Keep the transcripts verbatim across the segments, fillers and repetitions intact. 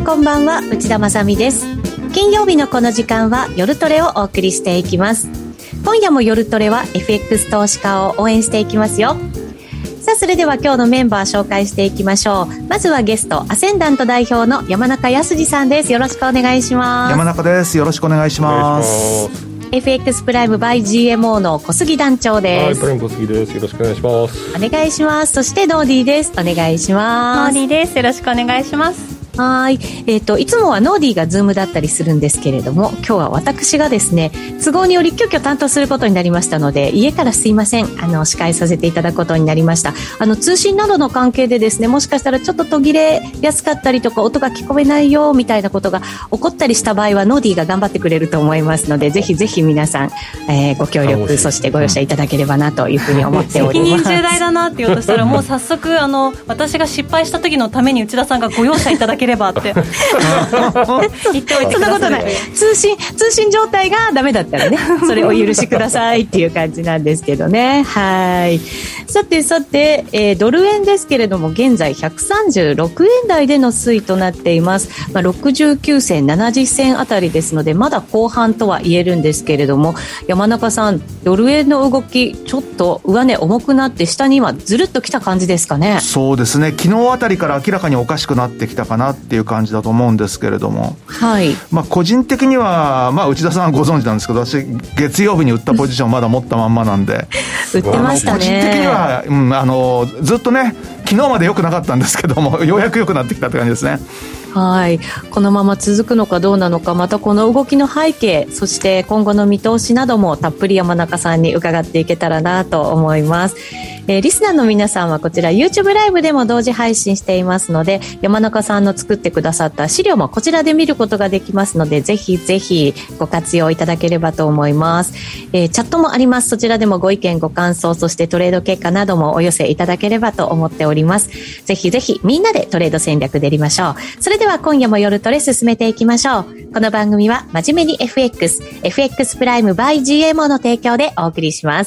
こんばんは、内田まさみです。金曜日のこの時間は夜トレをお送りしていきます。今夜も夜トレは エフエックス 投資家を応援していきますよ。さあ、それでは今日のメンバー紹介していきましょう。まずはゲスト、アセンダント代表の山中康さんです。よろしくお願いします。 山中です。よろしくお願いします。 エフエックス プライム by ジーエムオー の小杉団長です。 はい、プライム小杉です。よろしくお願いします。 お願いします。そしてノーディーです。お願いします。 ノーディーです。よろしくお願いします。 はい、えーと、いつもはノーディーがズームだったりするんですけれども、今日は私がですね、都合により急遽担当することになりましたので、家からすいません、あの司会させていただくことになりました。あの通信などの関係でですね、もしかしたらちょっと途切れやすかったりとか、音が聞こえないよみたいなことが起こったりした場合はノーディーが頑張ってくれると思いますので、ぜひぜひ皆さん、えー、ご協力そしてご容赦いただければなというふうに思っております。 責任重大だなって言おうとしたら、もう早速あの私が失敗した時のために内田さんがご容赦いただければって言っておいてください。 そんなことない。通信通信状態がダメだったらね、それお許しくださいっていう感じなんですけどね。はい。さてさて、えー、ドル円ですけれども、現在ひゃくさんじゅうろくえん台での推移となっています。まあ、ろくじゅうきゅうせんななじゅっせんあたりですので、まだ後半とは言えるんですけれども、山中さん、ドル円の動きちょっと上値重くなって下に今ずるっときた感じですかね。 そうですね。昨日あたりから明らかにおかしくなってきたかなっていう感じだと思うんですけれども、 はい。 まあ、個人的には、まあ、内田さんはご存知なんですけど、私月曜日に売ったポジションまだ持ったまんまなんで売ってましたね。 個人的には、うん、あのずっとね、昨日まで良くなかったんですけども、ようやく良くなってきたって感じですね。 はい、このまま続くのかどうなのか、またこの動きの背景、そして今後の見通しなどもたっぷり山中さんに伺っていけたらなと思います。えー、リスナーの皆さんはこちら YouTube ライブでも同時配信していますので、山中さんの作ってくださった資料もこちらで見ることができますので、ぜひぜひご活用いただければと思います。えー、チャットもあります。そちらでもご意見ご感想、そしてトレード結果などもお寄せいただければと思っております。ぜひぜひみんなでトレード戦略でやりましょう。それでは今夜も夜トレ進めていきましょう。この番組は真面目に エフエックス、エフエックス プライム by ジーエムオー の提供でお送りします。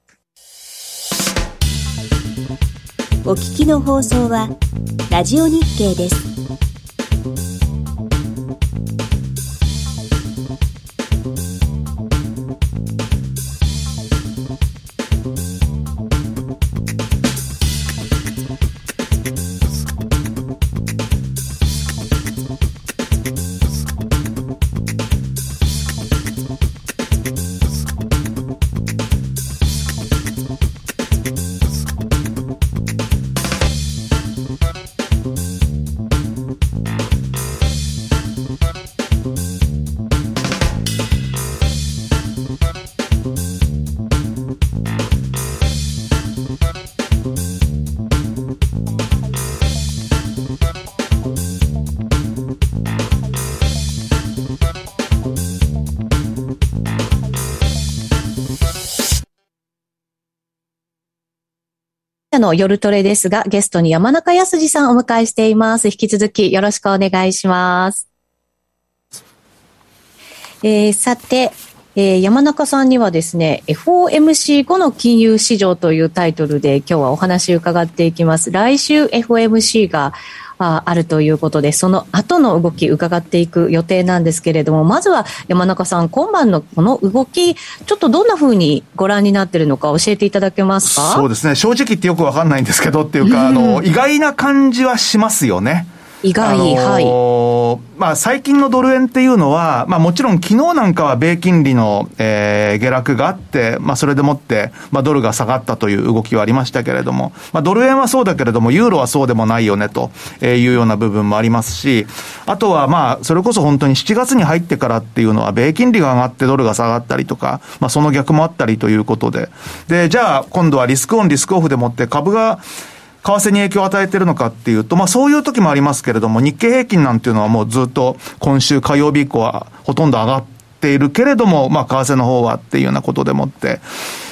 お聞きの放送はラジオ日経です。 の夜トレですが、ゲストに山中康さんをお迎えしています。引き続きよろしくお願いします。えー、さて、えー、山中さんにはですね、エフオーエムシー 後の金融市場というタイトルで今日はお話を伺っていきます。来週 エフオーエムシー があ, あるということで、その後の動き伺っていく予定なんですけれども、まずは山中さん、今晩のこの動き、ちょっとどんな風にご覧になっているのか教えていただけますか？ そうですね、正直言ってよくわかんないんですけどっていうか、うん、あの意外な感じはしますよね。 意外、あのー、はい。 まあ、最近のドル円っていうのは、まあ、もちろん昨日なんかは米金利の、えー、下落があって、まあ、それでもって、まあ、ドルが下がったという動きはありましたけれども、まあ、ドル円はそうだけれども、ユーロはそうでもないよね、というような部分もありますし、あとは、まあ、それこそ本当にしちがつに入ってからっていうのは、米金利が上がってドルが下がったりとか、まあ、その逆もあったりということで、で、じゃあ、今度はリスクオン、リスクオフでもって株が、為替に影響を与えているのかっていうと、まあそういう時もありますけれども、日経平均なんていうのはもうずっと今週火曜日以降はほとんど上がっているけれども、まあ為替の方はっていうようなことでもって、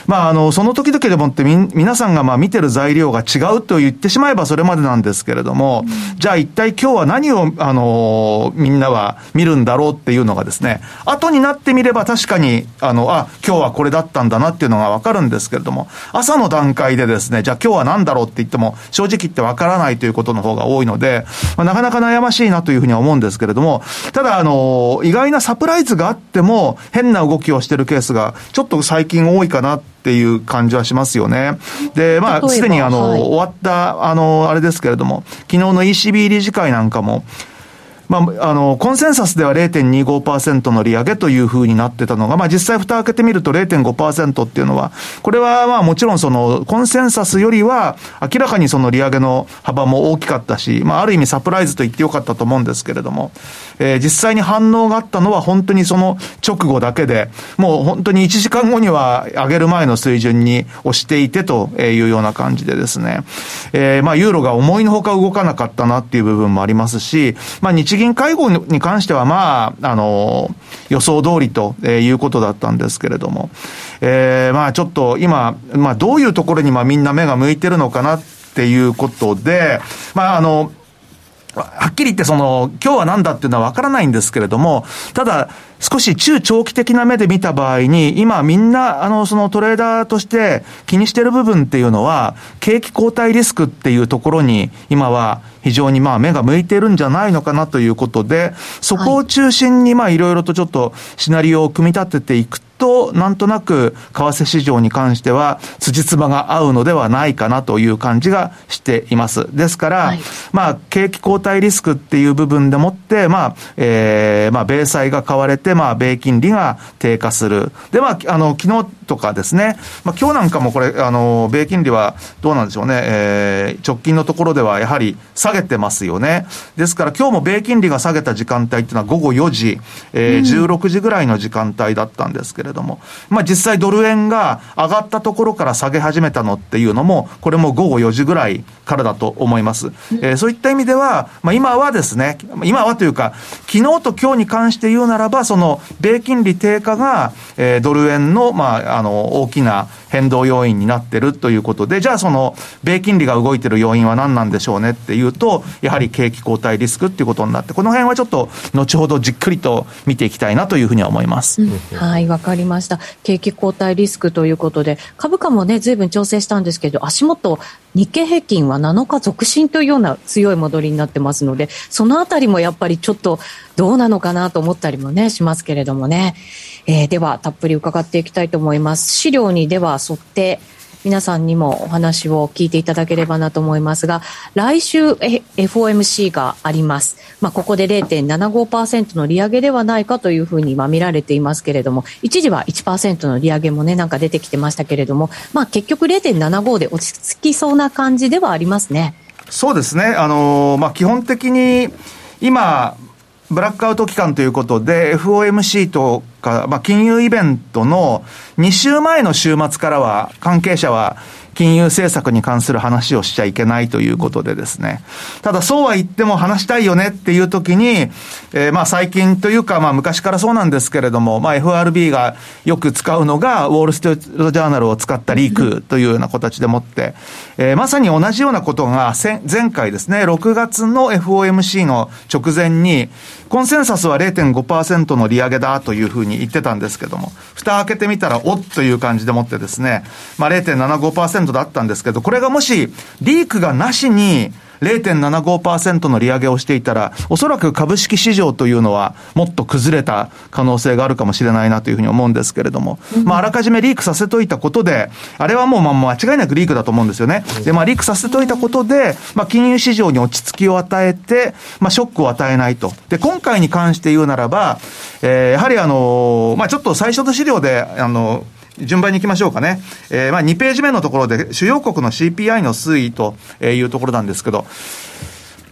まあ、あの、その時々でもってみ、皆さんがまあ見てる材料が違うと言ってしまえばそれまでなんですけれども、うん、じゃあ一体今日は何を、あの、みんなは見るんだろうっていうのがですね、後になってみれば確かに、あの、あ、今日はこれだったんだなっていうのがわかるんですけれども、朝の段階でですね、じゃあ今日は何だろうって言っても、正直言ってわからないということの方が多いので、まあ、なかなか悩ましいなというふうには思うんですけれども、ただ、あの、意外なサプライズがあっても、変な動きをしてるケースが、ちょっと最近多いかなっていう感じはしますよね。で、まあ、すでにあの、はい、終わった、あの、あれですけれども、昨日の イーシービー 理事会なんかも、まあ、あの、コンセンサスでは れいてんにごパーセント の利上げという風になってたのが、まあ、実際蓋開けてみると れいてんごパーセント っていうのは、これはまあ、もちろんその、コンセンサスよりは、明らかにその利上げの幅も大きかったし、まあ、ある意味サプライズと言ってよかったと思うんですけれども、えー、実際に反応があったのは本当にその直後だけで、もう本当にいちじかんごには上げる前の水準に押していてというような感じでですね、えー、まあ、ユーロが思いのほか動かなかったなっていう部分もありますし、まあ、日日銀会合に関しては、まあ、あの、予想通りということだったんですけれども、えー、まあ、ちょっと今、まあ、どういうところにまあみんな目が向いてるのかなっていうことで、まあ、あの、はっきり言ってその、今日は何だっていうのはわからないんですけれども、ただ、少し中長期的な目で見た場合に、今みんな、あの、そのトレーダーとして気にしてる部分っていうのは、景気後退リスクっていうところに、今は非常にまあ目が向いてるんじゃないのかなということで、そこを中心にまあいろいろとちょっとシナリオを組み立てていくと、なんとなく為替市場に関しては辻褄が合うのではないかなという感じがしています。ですから、はい、まあ景気後退リスクっていう部分でもって、まあ、えー、まあ米債が買われて、まあ米金利が低下する。で、まあ、あの、昨日とかですね、まあ今日なんかもこれ、あの、米金利はどうなんでしょうね、えー、直近のところではやはり下げてますよね。ですから今日も米金利が下げた時間帯っていうのは午後よじ、えー、じゅうろくじぐらいの時間帯だったんですけれども、まあ実際ドル円が上がったところから下げ始めたのっていうのも、これも午後よじぐらいからだと思います。えー、そういった意味では、まあ今はですね、今はというか、昨日と今日に関して言うならば、その米金利低下が、えー、ドル円の、まあ、あの、大きな変動要因になってるということで、じゃあその、米金利が動いてる要因は何なんでしょうねっていうと、やはり景気後退リスクっていうことになって、この辺はちょっと後ほどじっくりと見ていきたいなというふうには思います。 うん、はい、わかりました。景気後退リスクということで、株価もね、随分調整したんですけど、足元、日経平均はなのか続伸というような強い戻りになってますので、そのあたりもやっぱりちょっとどうなのかなと思ったりもね、しますけれどもね。えー、では、たっぷり伺っていきたいと思います。資料にでは沿って、皆さんにもお話を聞いていただければなと思いますが、来週 エフオーエムシー があります。まあ、ここで れいてんななごパーセント の利上げではないかというふうに今見られていますけれども、一時は いちパーセント の利上げもね、なんか出てきてましたけれども、まあ、結局 れいてんななご で落ち着きそうな感じではありますね。 そうですね。あのー、まあ、基本的に今、ブラックアウト期間ということで エフオーエムシー とか、まあ、金融イベントのに週前の週末からは関係者は金融政策に関する話をしちゃいけないということでですね。ただそうは言っても話したいよねっていう時に、えー、まあ最近というかまあ昔からそうなんですけれども、まあ エフアールビー がよく使うのがウォールストリートジャーナルを使ったリークというような形でもって、えー、まさに同じようなことが前回ですね、ろくがつの エフオーエムシー の直前にコンセンサスは れいてんごパーセント の利上げだというふうに言ってたんですけども、蓋開けてみたらおっという感じでもってですね、まあ れいてんななごパーセント だったんですけど、これがもしリークがなしに れいてんななごパーセント の利上げをしていたら、おそらく株式市場というのはもっと崩れた可能性があるかもしれないなというふうに思うんですけれども、うん、まああらかじめリークさせといたことで、あれはもうまあ間違いなくリークだと思うんですよね。で、まあリークさせといたことで、まあ金融市場に落ち着きを与えて、まあショックを与えないと。で、今回に関して言うならば、えー、やはりあの、まあちょっと最初の資料で、あの、順番に行きましょうかね。えー、まあにページ目のところで主要国の シーピーアイ の推移というところなんですけど、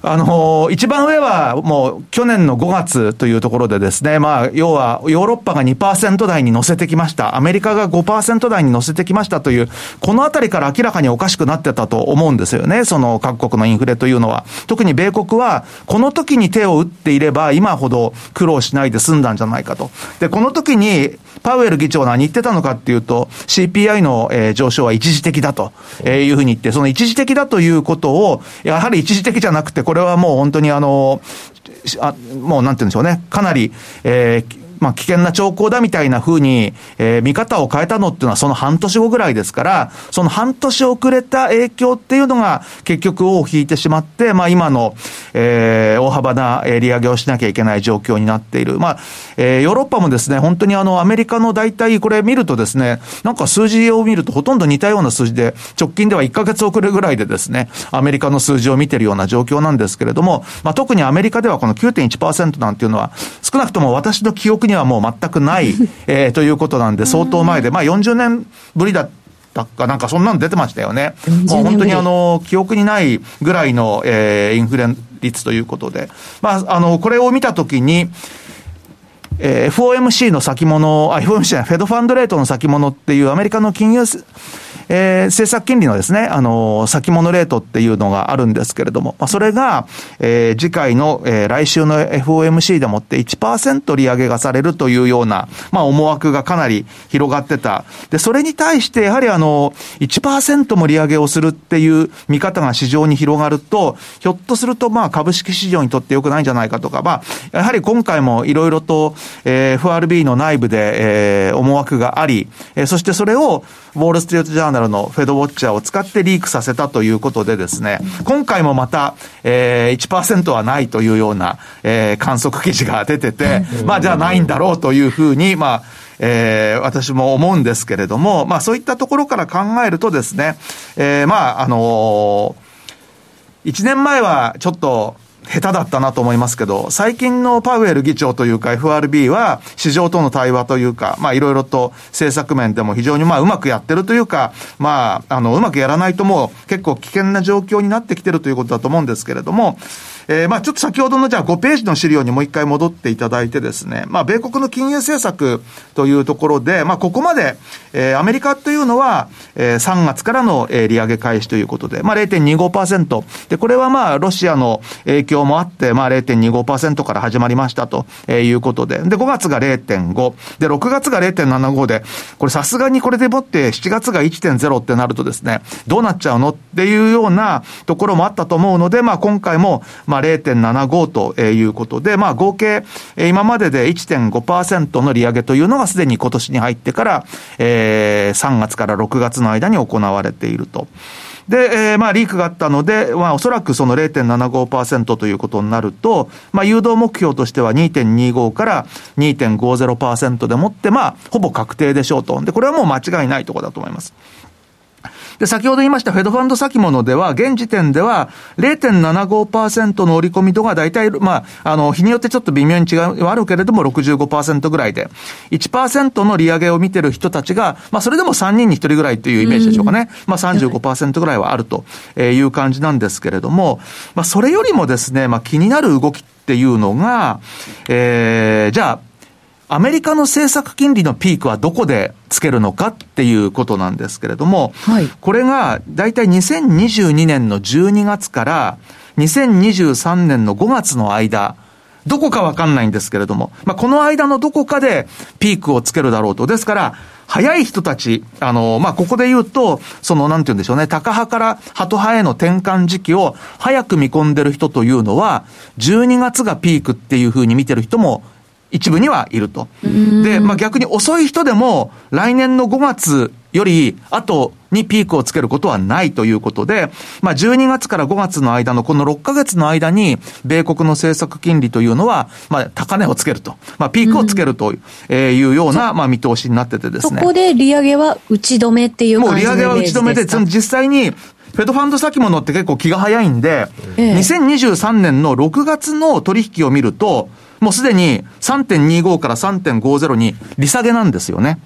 あの、一番上はもう去年のごがつというところでですね、まあ、要はヨーロッパが にパーセント 台に乗せてきました。アメリカが ごパーセント 台に乗せてきましたという、このあたりから明らかにおかしくなってたと思うんですよね。その各国のインフレというのは。特に米国は、この時に手を打っていれば今ほど苦労しないで済んだんじゃないかと。で、この時にパウエル議長は何言ってたのかっていうと、シーピーアイ の、えー、上昇は一時的だと、えー、いうふうに言って、その一時的だということを、やはり一時的じゃなくて、これはもう本当にあの、あもうなんて言うんでしょうね、かなり、えーまあ、危険な兆候だみたいな風に、えー、見方を変えたのっていうのはその半年後ぐらいですから、その半年遅れた影響っていうのが結局尾を引いてしまって、まあ今の、えー、大幅な利上げをしなきゃいけない状況になっている。まあ、えー、ヨーロッパもですね、本当にあのアメリカの大体これ見るとですね、なんか数字を見るとほとんど似たような数字で、直近ではいっかげつ遅れぐらいでですね、アメリカの数字を見ているような状況なんですけれども、まあ特にアメリカではこの きゅうてんいちパーセント なんていうのは少なくとも私の記憶にはもう全くない、えー、ということなんで相当前で、まあよんじゅうねんぶりだったかなんかそんなの出てましたよね。もう本当にあの記憶にないぐらいの、えー、インフレ率ということで、まああのこれを見たときに、えー、エフオーエムシー の先物、あ、エフオーエムシー じゃない、フェドファンドレートの先物っていうアメリカの金融、えー、政策金利のですね、あのー、先物レートっていうのがあるんですけれども、まあ、それが、えー、次回の、えー、来週の エフオーエムシー でもって いちパーセント 利上げがされるというような、まあ、思惑がかなり広がってた。で、それに対して、やはりあの、いちパーセント も利上げをするっていう見方が市場に広がると、ひょっとすると、まあ、株式市場にとって良くないんじゃないかとか、まあ、やはり今回もいろいろと、えー、エフアールビー の内部で、えー、思惑があり、えー、そしてそれを、ウォールストリートジャーナルのフェドウォッチャーを使ってリークさせたということでですね、今回もまた、えー、いちパーセント はないというような、えー、観測記事が出てて、まあじゃあないんだろうというふうに、まあ、えー、私も思うんですけれども、まあそういったところから考えるとですね、えー、まああのー、いちねんまえはちょっと、下手だったなと思いますけど、最近のパウエル議長というか エフアールビー は市場との対話というか、まあいろいろと政策面でも非常にまあうまくやってるというか、まああのうまくやらないともう結構危険な状況になってきてるということだと思うんですけれども、えー、まあちょっと先ほどのじゃあごページの資料にもう一回戻っていただいてですね、まあ米国の金融政策というところで、まあここまで、えー、アメリカというのは、えー、さんがつからの、えー、利上げ開始ということで、まあ れいてんにごパーセント で、これはまあロシアの影響もあって、まあ れいてんにごパーセント から始まりましたということで、でごがつが れいてんご でろくがつが れいてんななご で、これさすがにこれでもってしちがつが いってんゼロ ってなるとですね、どうなっちゃうのっていうようなところもあったと思うので、まあ今回もまあ れいてんななご ということで、まあ合計今までで いってんごパーセント の利上げというのがすでに今年に入ってから、えー、さんがつからろくがつの間に行われていると。で、えー、まあ、リークがあったので、まあ、おそらくその れいてんななごパーセント ということになると、まあ、誘導目標としては にてんにご から にてんごゼロパーセント でもって、まあ、ほぼ確定でしょうと。で、これはもう間違いないところだと思います。で、先ほど言いましたフェドファンド先物では、現時点では れいてんななごパーセント の織り込み度が大体、まあ、あの、日によってちょっと微妙に違いはあるけれども ろくじゅうごパーセント ぐらいで、いちパーセント の利上げを見てる人たちが、まあ、それでもさんにんにひとりぐらいというイメージでしょうかね。まあ、さんじゅうごパーセント ぐらいはあるという感じなんですけれども、まあ、それよりもですね、まあ、気になる動きっていうのが、えー、じゃあ、アメリカの政策金利のピークはどこでつけるのかっていうことなんですけれども、はい、これがだいたいにせんにじゅうにねんのじゅうにがつからにせんにじゅうさんねんのごがつの間、どこかわかんないんですけれども、まあ、この間のどこかでピークをつけるだろうと。ですから、早い人たち、あの、まあ、ここで言うと、その、なんて言うんでしょうね、高派からハト派への転換時期を早く見込んでる人というのは、じゅうにがつがピークっていうふうに見てる人も一部にはいると。で、まあ、逆に遅い人でも来年のごがつより後にピークをつけることはないということで、まあ、じゅうにがつからごがつの間のこのろっかげつの間に米国の政策金利というのは、まあ、高値をつけると、まあ、ピークをつけるというような、まあ、見通しになっててですね。 そこで利上げは打ち止めっていう感じのイメージですか？もう利上げは打ち止めで、その実際にフェドファンド先物って結構気が早いんで、ええ、にせんにじゅうさんねんのろくがつの取引を見ると、もうすでに さんてんにご から さんてんごゼロ に利下げなんですよね。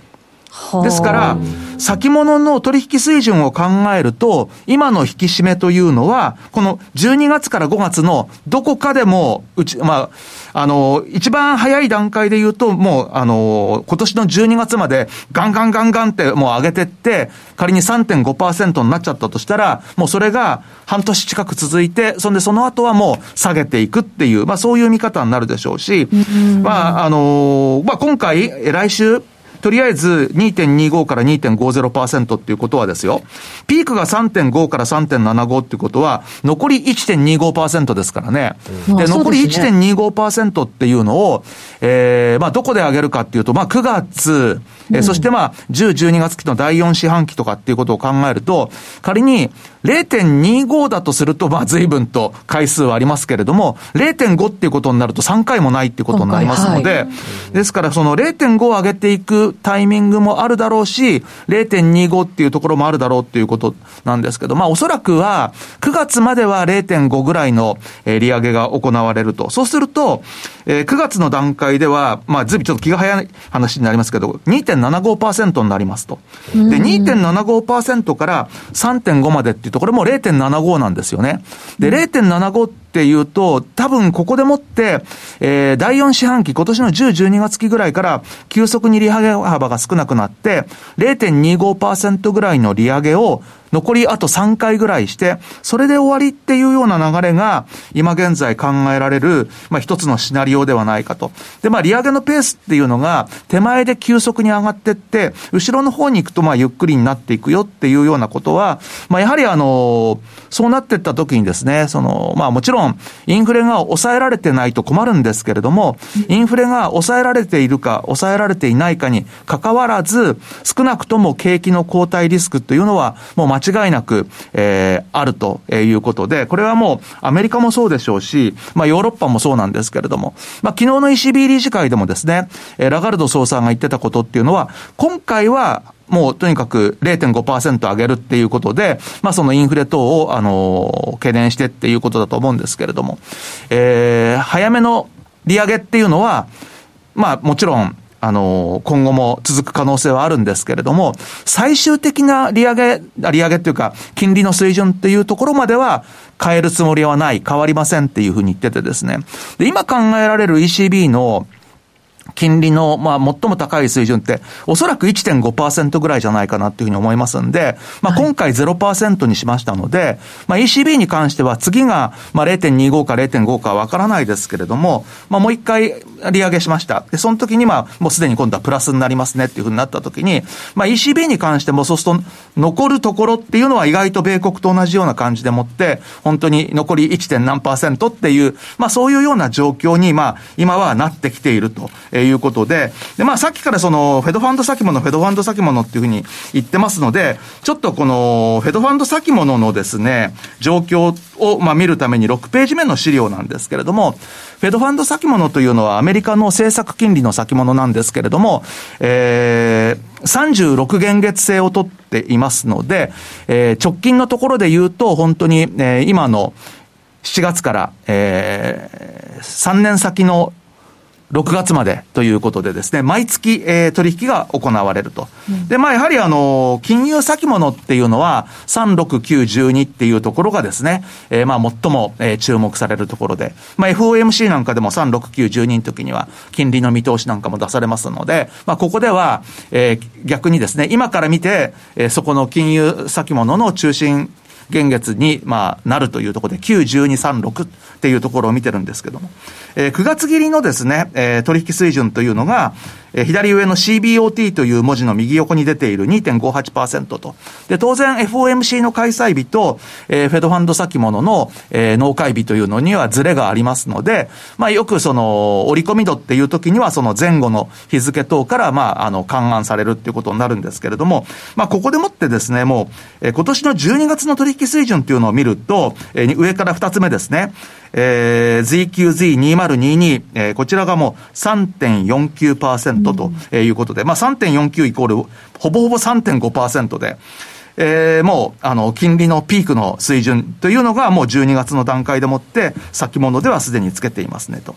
ですから先物の取引水準を考えると今の引き締めというのはこのじゅうにがつからごがつのどこかでもうち、まあ、あの一番早い段階で言うともうあの今年のじゅうにがつまでガンガンガンガンってもう上げてって仮に さんてんごパーセント になっちゃったとしたらもうそれが半年近く続いてそんでその後はもう下げていくっていう、まあ、そういう見方になるでしょうし、まああのまあ、今回来週とりあえず にてんにご から にてんごゼロパーセント っていうことはですよ、ピークが さんてんご から さんてんななご っていうことは残り いってんにごパーセント ですからね。うん、で、残り いってんにごパーセント っていうのを、えー、まあどこで上げるかっていうと、まあくがつ、えー、そしてまあじゅう、じゅうにがつ期のだいよん四半期とかっていうことを考えると、仮に れいてんにご だとすると、まあ随分と回数はありますけれども、れいてんご っていうことになるとさんかいもないっていうことになりますので、はい、ですからその れいてんご を上げていくタイミングもあるだろうし れいてんにご っていうところもあるだろうっていうことなんですけど、まあおそらくはくがつまでは れいてんご ぐらいの利上げが行われると。そうするとくがつの段階ではまあずいぶんちょっと気が早い話になりますけど にてんななごパーセント になりますと。で にてんななごパーセント から さんてんご までっていうところも れいてんななご なんですよね。で れいてんななご っていうと多分ここでもって、えー、だいよん四半期今年のじゅう、じゅうにがつ期ぐらいから急速に利上げ幅が少なくなって れいてんにごパーセント ぐらいの利上げを残りあとさんかいぐらいしてそれで終わりっていうような流れが今現在考えられる、まあ、一つのシナリオではないかと。でまあ利上げのペースっていうのが手前で急速に上がってって後ろの方に行くとまあゆっくりになっていくよっていうようなことは、まあ、やはりあのそうなっていった時にですねそのまあもちろんインフレが抑えられてないと困るんですけれどもインフレが抑えられているか抑えられていないかに関わらず少なくとも景気の後退リスクというのはもう間違いなく、えー、あるということでこれはもうアメリカもそうでしょうし、まあ、ヨーロッパもそうなんですけれども、まあ、昨日の イーシービー 理事会でもですねラガルド総裁が言ってたことっていうのは今回はもうとにかく れいてんごパーセント 上げるっていうことで、まあそのインフレ等を、あの、懸念してっていうことだと思うんですけれども、えー、早めの利上げっていうのは、まあもちろん、あの、今後も続く可能性はあるんですけれども、最終的な利上げ、利上げっていうか、金利の水準っていうところまでは変えるつもりはない、変わりませんっていうふうに言っててですね。で、今考えられる イーシービー の金利の、まあ、最も高い水準って、おそらく いってんごパーセント ぐらいじゃないかなっていうふうに思いますんで、まあ、今回 ゼロパーセント にしましたので、はい、まあ、イーシービー に関しては次が、まあ、れいてんにご か れいてんご かわからないですけれども、まあ、もう一回利上げしました。で、その時に、まあ、もうすでに今度はプラスになりますねっていうふうになった時に、まあ、イーシービー に関しても、そうすると、残るところっていうのは意外と米国と同じような感じでもって、本当に残り いってん何パーセントっていう、まあ、そういうような状況に、まあ、今はなってきているということで、で、まあ、さっきからその、フェドファンド先物、フェドファンド先物っていうふうに言ってますので、ちょっとこの、フェドファンド先物のですね、状況を、まあ、見るためにろくページ目の資料なんですけれども、フェドファンド先物というのはアメリカの政策金利の先物なんですけれども、えー、さんじゅうろくげん月制をとっていますので、えー、直近のところで言うと、本当に、えー、今のしちがつから、えー、さんねん先のろくがつまでということでですね、毎月、えー、取引が行われると。うん、で、まあ、やはりあの、金融先物っていうのは、さん、ろく、きゅう、じゅうにっていうところがですね、えー、まあ、最も、えー、注目されるところで、まあ、エフオーエムシー なんかでもさん、ろく、きゅう、じゅうにの時には、金利の見通しなんかも出されますので、まあ、ここでは、えー、逆にですね、今から見て、えー、そこの金融先物の中心、現月に、まあ、なるというところで、きゅう、じゅうに、さん、ろくっていうところを見てるんですけども、えー、くがつ切りのですね、えー、取引水準というのが、えー、左上の シービーオーティー という文字の右横に出ている にてんごはちパーセント と。で、当然 エフオーエムシー の開催日と、えー、フェドファンド先物の、えー、納会日というのにはズレがありますので、まあ、よくその、折り込み度っていう時にはその前後の日付等から、まあ、あの、勘案されるっていうことになるんですけれども、まあ、ここでもってですね、もう、えー、今年のじゅうにがつの取引水準っていうのを見ると、えー、上からふたつめですね、えー、ゼッキューゼットにせんにじゅうに、えー、こちらがもう さんてんよんきゅうパーセント ということで、うん、まあ さんてんよんきゅう イコールほぼほぼ さんてんごパーセント で、えー、もうあの金利のピークの水準というのがもうじゅうにがつの段階でもって先物ではすでにつけていますねと。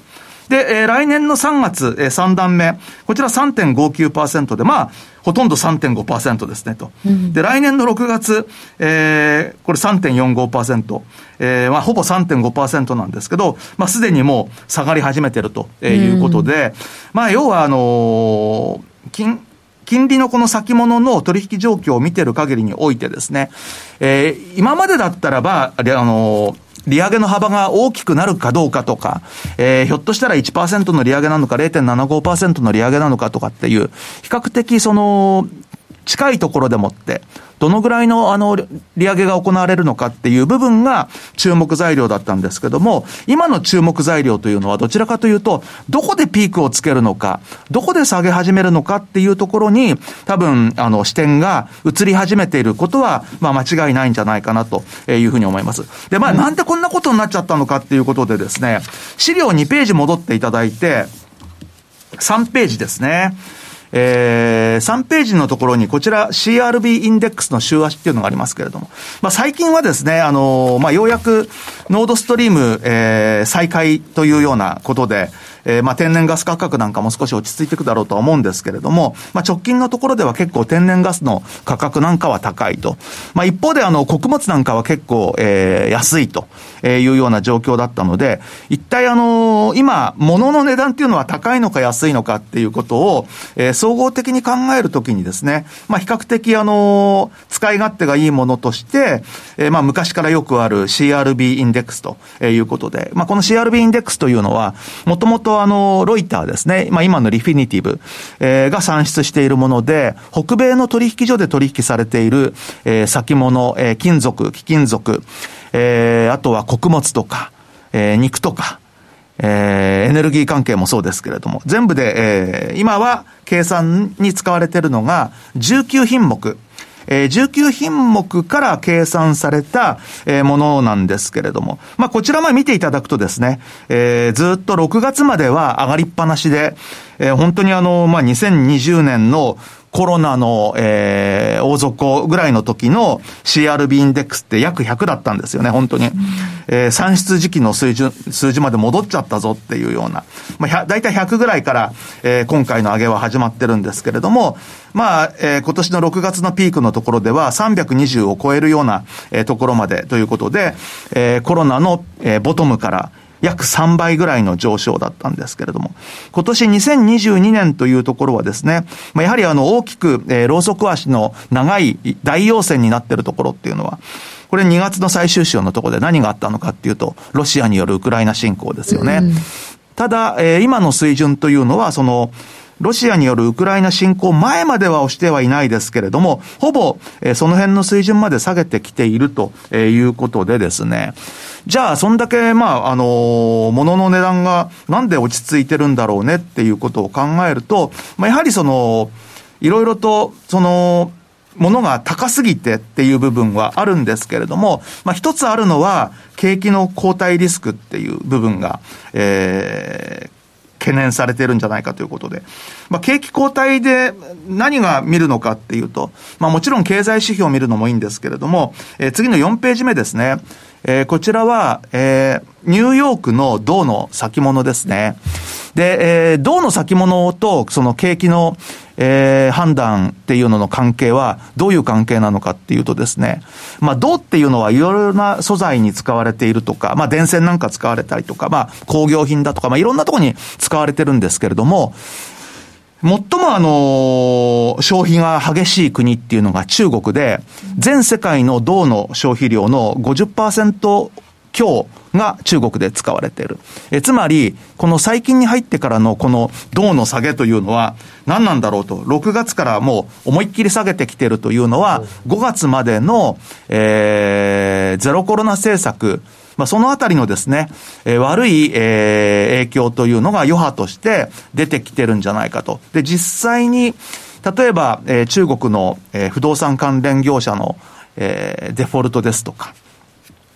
で、えー、来年のさんがつ、えー、さんだんめ、こちら さんてんごきゅうパーセント で、まあ、ほとんど さんてんごパーセント ですねと。うん、で、来年のろくがつ、えー、これ さんてんよんごパーセント、えー、まあ、ほぼ さんてんごパーセント なんですけど、まあ、すでにもう下がり始めてるということで、うん、まあ、要は、あのー、金、金利のこの先物の取引状況を見てる限りにおいてですね、えー、今までだったらば、あのー、利上げの幅が大きくなるかどうかとか、えー、ひょっとしたら いちパーセント の利上げなのか れいてんななごパーセント の利上げなのかとかっていう、比較的その、近いところでもって、どのぐらいのあの、利上げが行われるのかっていう部分が注目材料だったんですけども、今の注目材料というのはどちらかというと、どこでピークをつけるのか、どこで下げ始めるのかっていうところに、多分、あの、視点が移り始めていることは、まあ間違いないんじゃないかなというふうに思います。で、まあなんでこんなことになっちゃったのかっていうことでですね、資料にページ戻っていただいて、さんページですね。えー、さんページのところにこちら シーアールビー インデックスの週足っていうのがありますけれども、まあ最近はですね、あのー、まあようやくノードストリーム、えー、再開というようなことで、えー、まあ天然ガス価格なんかも少し落ち着いていくだろうとは思うんですけれども、まあ直近のところでは結構天然ガスの価格なんかは高いと。まあ一方であの穀物なんかは結構、えー、安いというような状況だったので、一体あのー、今物の値段っていうのは高いのか安いのかっていうことを、えー、総合的に考えるときにですね、まあ比較的あのー、使い勝手がいいものとして、えー、まあ昔からよくある シーアールビー インデックスということで、まあこの シーアールビー インデックスというのは、もともとあの、ロイターですね。まあ今のリフィニティブ、えー、が算出しているもので、北米の取引所で取引されている、えー、先物、えー、金属、貴金属、えー、あとは穀物とか、えー、肉とか、えー、エネルギー関係もそうですけれども、全部で、えー、今は計算に使われているのがじゅうきゅうひんもく。えー、じゅうきゅうひんもくから計算された、えー、ものなんですけれども、まあ、こちらまで見ていただくとですね、えー、ずっとろくがつまでは上がりっぱなしで、えー、本当にあの、まあ、にせんにじゅうねんのコロナの、えー、大底ぐらいの時の シーアールビー インデックスって約ひゃくだったんですよね、本当に。うん、えー、算出時期の数字、数字まで戻っちゃったぞっていうような。まあ、だいたいひゃくぐらいから、えー、今回の上げは始まってるんですけれども、まあ、えー、今年のろくがつのピークのところではさんびゃくにじゅうを超えるような、えー、ところまでということで、えー、コロナの、えー、ボトムから約さんばいぐらいの上昇だったんですけれども、今年にせんにじゅうにねんというところはですね、まあ、やはりあの大きく、えー、ローソク足の長い大陽線になっているところっていうのは、これにがつの最終週のところで何があったのかっていうと、ロシアによるウクライナ侵攻ですよね。うん、ただ、えー、今の水準というのは、その、ロシアによるウクライナ侵攻前までは押してはいないですけれども、ほぼ、えー、その辺の水準まで下げてきているということでですね、じゃあ、そんだけ、まあ、あのー、物の値段がなんで落ち着いてるんだろうねっていうことを考えると、まあ、やはりその、いろいろと、その、物が高すぎてっていう部分はあるんですけれども、まあ、一つあるのは、景気の後退リスクっていう部分が、えー、懸念されているんじゃないかということで。まあ、景気後退で何が見るのかっていうと、まあもちろん経済指標を見るのもいいんですけれども、えー、次のよんページ目ですね。えー、こちらは、えー、ニューヨークの銅の先物ですね。で、えー、銅の先物とその景気の、えー、判断っていうのの関係はどういう関係なのかっていうとですね、まあ銅っていうのはいろいろな素材に使われているとか、まあ電線なんか使われたりとか、まあ工業品だとか、まあいろんなところに使われてるんですけれども、最もあの、消費が激しい国っていうのが中国で、全世界の銅の消費量の ごじゅっパーセント 強が中国で使われている。え、つまり、この最近に入ってからのこの銅の下げというのは何なんだろうと、ろくがつからもう思いっきり下げてきているというのは、ごがつまでの、えー、ゼロコロナ政策、まあ、そのあたりのですね、えー、悪い、えー、影響というのが余波として出てきてるんじゃないかと。で、実際に、例えば、えー、中国の、えー、不動産関連業者の、えー、デフォルトですとか、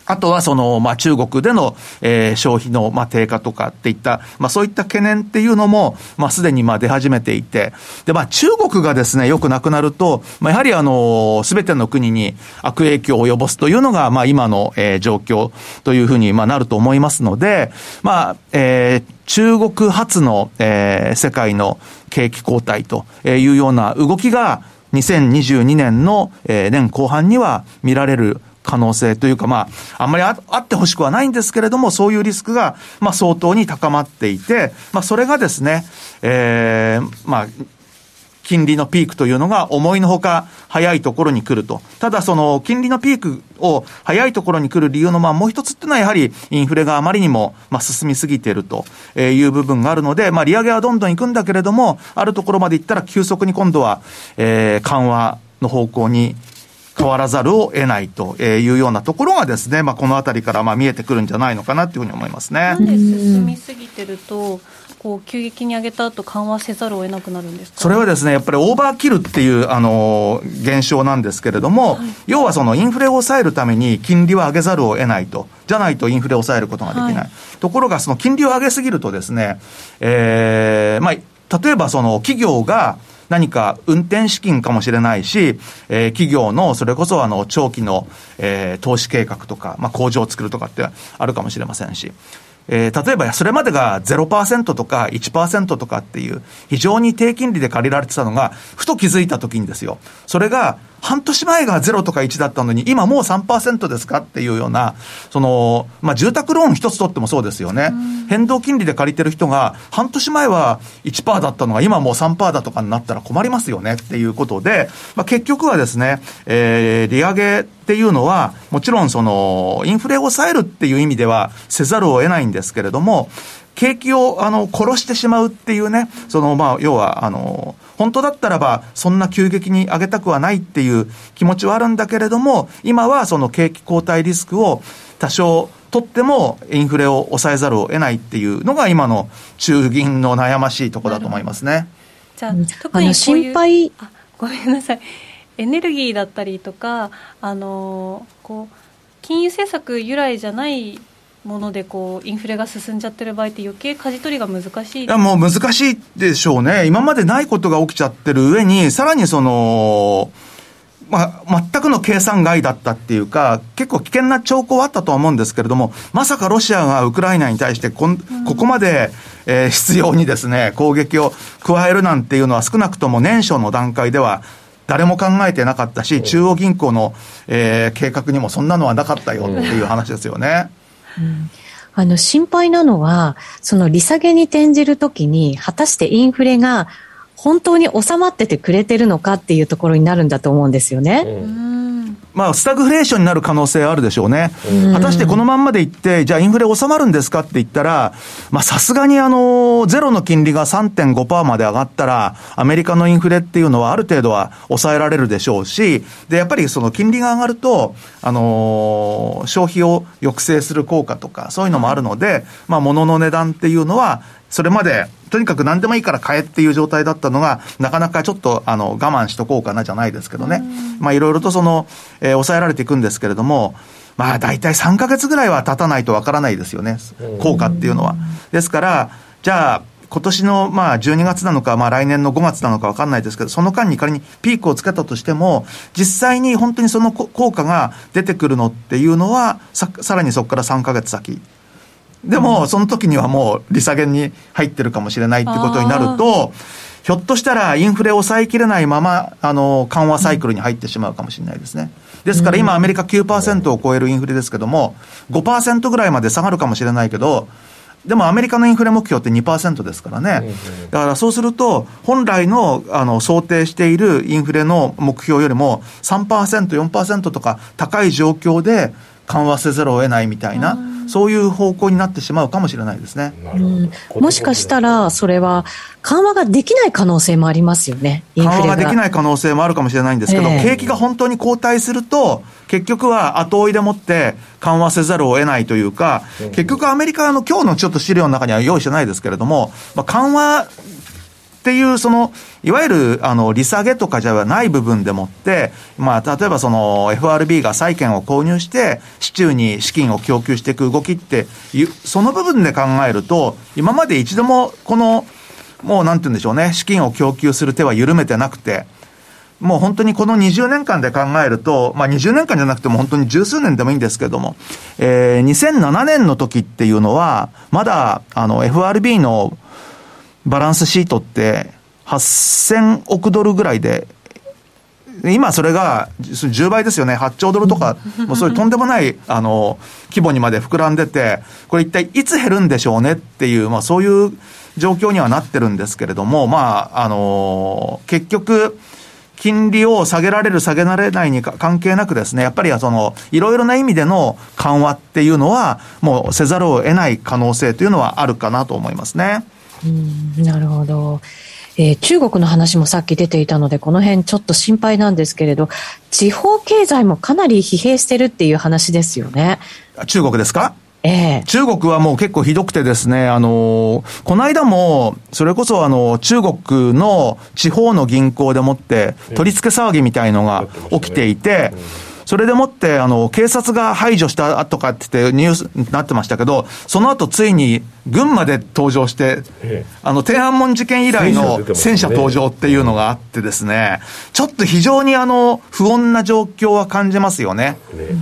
あとはその、まあ、中国での、えー、消費の、まあ、低下とかっていった、まあ、そういった懸念っていうのも、まあ、すでに、まあ、出始めていて、で、まあ、中国がですね、よくなくなると、まあ、やはりあの、すべての国に悪影響を及ぼすというのが、まあ、今の、えー、状況というふうに、まあ、なると思いますので、まあ、えー、中国発の、えー、世界の景気後退というような動きが、にせんにじゅうにねんの、えー、年後半には見られる可能性というか、まあ、あんまり あ, あってほしくはないんですけれども、そういうリスクが、まあ、相当に高まっていて、まあ、それがですね、えー、まあ、金利のピークというのが思いのほか早いところに来ると。ただその金利のピークを早いところに来る理由のまあもう一つっていうのはやはりインフレがあまりにもまあ進みすぎているという部分があるので、まあ利上げはどんどん行くんだけれども、あるところまで行ったら急速に今度はえ緩和の方向に変わらざるを得ないというようなところがですね、まあこのあたりからまあ見えてくるんじゃないのかなというふうに思いますね。 なんで進みすぎてるとこう急激に上げた後緩和せざるを得なくなるんですか。 それはですね、やっぱりオーバーキルっていうあの現象なんですけれども、はい、要はそのインフレを抑えるために金利は上げざるを得ないと。じゃないとインフレを抑えることができない。はい、ところがその金利を上げすぎるとですね、えー、まあ例えばその企業が何か運転資金かもしれないし、えー、企業のそれこそあの長期の、えー、投資計画とか、まあ、工場を作るとかってあるかもしれませんし、えー、例えばそれまでが ゼロパーセント とか いちパーセント とかっていう非常に低金利で借りられてたのがふと気づいた時にですよ、それが半年前がゼロとかいちだったのに今もう さんパーセント ですかっていうような、その、まあ、住宅ローン一つ取ってもそうですよね。変動金利で借りてる人が半年前は いちパーセント だったのが今もう さんパーセント だとかになったら困りますよねっていうことで、まあ、結局はですね、えー、利上げっていうのはもちろんそのインフレを抑えるっていう意味ではせざるを得ないんですけれども、景気をあの殺してしまうっていうね、そのまあ要はあの本当だったらばそんな急激に上げたくはないっていう気持ちはあるんだけれども、今はその景気後退リスクを多少取ってもインフレを抑えざるを得ないっていうのが今の中銀の悩ましいところだと思いますね。 じゃあ特にこういう心配あごめんなさいエネルギーだったりとかあのこう金融政策由来じゃないものでこうインフレが進んじゃってる場合って余計舵取りが難しい。いやもう難しいでしょうね。今までないことが起きちゃってる上にさらにその、まあ、全くの計算外だったっていうか結構危険な兆候はあったとは思うんですけれども、まさかロシアがウクライナに対してこん、ここまで、えー、必要にですね攻撃を加えるなんていうのは少なくとも年初の段階では誰も考えてなかったし、中央銀行の、えー、計画にもそんなのはなかったよっていう話ですよね。 うん、あの心配なのはその利下げに転じるときに果たしてインフレが本当に収まっててくれてるのかっていうところになるんだと思うんですよね。うんまあ、スタグフレーションになる可能性はあるでしょうね。果たしてこのまんまでいってじゃあインフレ収まるんですかって言ったら、まあさすがにあのゼロの金利が さんてんごパーセント まで上がったらアメリカのインフレっていうのはある程度は抑えられるでしょうし、でやっぱりその金利が上がるとあのー、消費を抑制する効果とかそういうのもあるので、まあ物の値段っていうのはそれまでとにかく何でもいいから買えっていう状態だったのがなかなかちょっとあの我慢しとこうかなじゃないですけどね、まあいろいろとその、えー、抑えられていくんですけれども、まあ大体さんかげつぐらいは経たないとわからないですよね、効果っていうのは。ですからじゃあ今年のまあじゅうにがつなのか、まあ来年のごがつなのかわかんないですけど、その間に仮にピークをつけたとしても実際に本当にその効果が出てくるのっていうのは さ, さらにそこからさんかげつ先でもその時にはもう利下げに入ってるかもしれないってことになると、ひょっとしたらインフレを抑えきれないままあの緩和サイクルに入ってしまうかもしれないですね。ですから今アメリカ きゅうパーセント を超えるインフレですけども ごパーセント ぐらいまで下がるかもしれないけど、でもアメリカのインフレ目標って にパーセント ですからね。だからそうすると本来のあの想定しているインフレの目標よりも さんパーセント、よんパーセント とか高い状況で緩和せざるを得ないみたいな、そういう方向になってしまうかもしれないですね。 うん、もしかしたらそれは緩和ができない可能性もありますよね。インフレが緩和ができない可能性もあるかもしれないんですけど、えー、景気が本当に後退すると結局は後追いでもって緩和せざるを得ないというか、結局アメリカの今日のちょっと資料の中には用意してないですけれども、まあ、緩和っていう、その、いわゆる、あの、利下げとかじゃない部分でもって、まあ、例えばその、エフアールビー が債券を購入して、市中に資金を供給していく動きっていう、その部分で考えると、今まで一度も、この、もうなんて言うんでしょうね、資金を供給する手は緩めてなくて、もう本当にこのにじゅうねんかんで考えると、まあにじゅうねんかんじゃなくても本当に十数年でもいいんですけども、えー、にせんななねんの時っていうのは、まだ、あの、エフアールビー のバランスシートってはっせんおくドルぐらいで、今それがじゅうばいですよね。はっちょうドルとか、もうそういうとんでもない、あの、規模にまで膨らんでて、これ一体いつ減るんでしょうねっていう、まあそういう状況にはなってるんですけれども、まあ、あの、結局、金利を下げられる下げられないに関係なくですね、やっぱりそのいろいろな意味での緩和っていうのはもうせざるを得ない可能性というのはあるかなと思いますね。 うん、なるほど。えー、中国の話もさっき出ていたのでこの辺ちょっと心配なんですけれど、地方経済もかなり疲弊してるっていう話ですよね。 中国ですか？ ええ、 中国はもう結構ひどくてですね、あの、この間も、それこそあの、中国の地方の銀行でもって、取り付け騒ぎみたいのが起きていて、それでもって、あの、警察が排除したとかって言ってニュースになってましたけど、その後ついに群馬で登場して、あの、天安門事件以来の戦車登場っていうのがあってですね、ちょっと非常にあの、不穏な状況は感じますよね。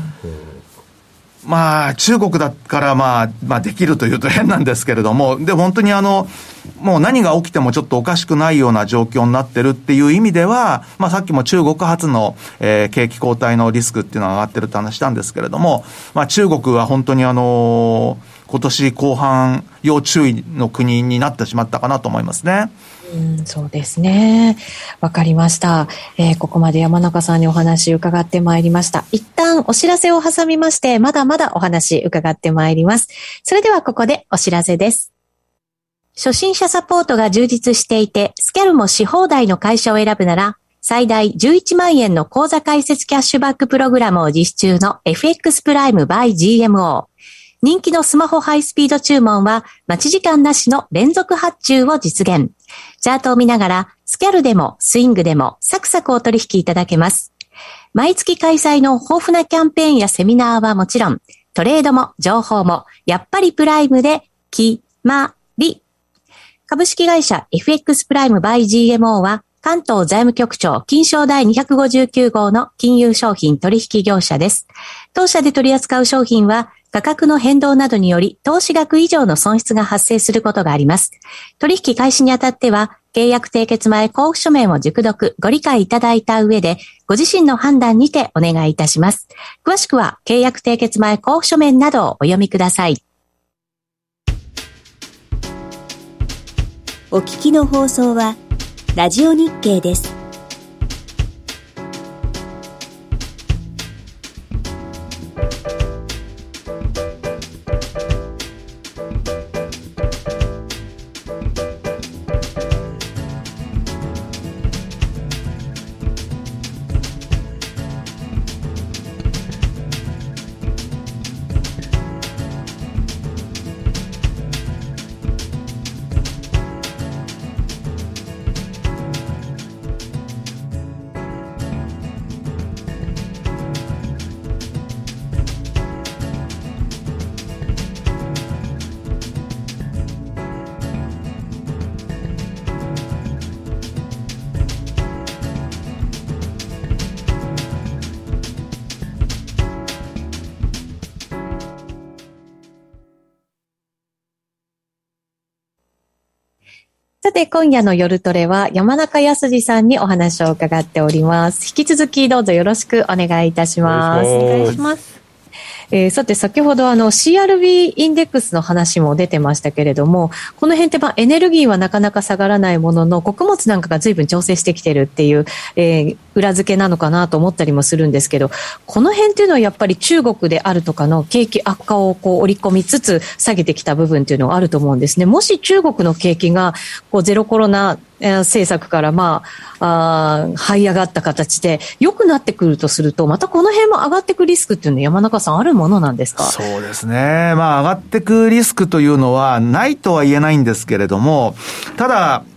まあ、中国だからまあ、まあできるというと変なんですけれども、で、本当にあの、もう何が起きてもちょっとおかしくないような状況になってるっていう意味では、まあさっきも中国発の、えー、景気後退のリスクっていうのが上がってるって話したんですけれども、まあ中国は本当にあの、今年後半要注意の国になってしまったかなと思いますね。 うん、そうですね。わかりました、えー。ここまで山中さんにお話伺ってまいりました。一旦お知らせを挟みまして、まだまだお話伺ってまいります。それではここでお知らせです。初心者サポートが充実していて、スキャルもし放題の会社を選ぶなら、最大じゅういちまんえんの口座開設キャッシュバックプログラムを実施中の エフエックス プライム by ジーエムオー。人気のスマホハイスピード注文は待ち時間なしの連続発注を実現。チャートを見ながらスキャルでもスイングでもサクサクお取引いただけます。毎月開催の豊富なキャンペーンやセミナーはもちろん、トレードも情報もやっぱりプライムで決まり。株式会社 エフエックス プライム by ジーエムオー は関東財務局長金商第にひゃくごじゅうきゅう号の金融商品取引業者です。当社で取り扱う商品は価格の変動などにより投資額以上の損失が発生することがあります。取引開始にあたっては契約締結前交付書面を熟読ご理解いただいた上でご自身の判断にてお願いいたします。詳しくは契約締結前交付書面などをお読みください。 お聞きの放送はラジオ日経です。 さて今夜の夜トレは山中康さんにお話を伺っております。引き続きどうぞよろしくお願いいたします。 お願いします。 えー、さて先ほどあの シーアールビー インデックスの話も出てましたけれども、この辺ってまあエネルギーはなかなか下がらないものの穀物なんかが随分調整してきてるっていう、えー、裏付けなのかなと思ったりもするんですけど、この辺っていうのはやっぱり中国であるとかの景気悪化をこう織り込みつつ下げてきた部分っていうのがあると思うんですね。もし中国の景気がこうゼロコロナ政策からまあ、あ這い上がった形で良くなってくるとすると、またこの辺も上がってくリスクっていうのは山中さんあるものなんですか？ そうですね。まあ上がってくリスクというのはないとは言えないんですけれども、ただ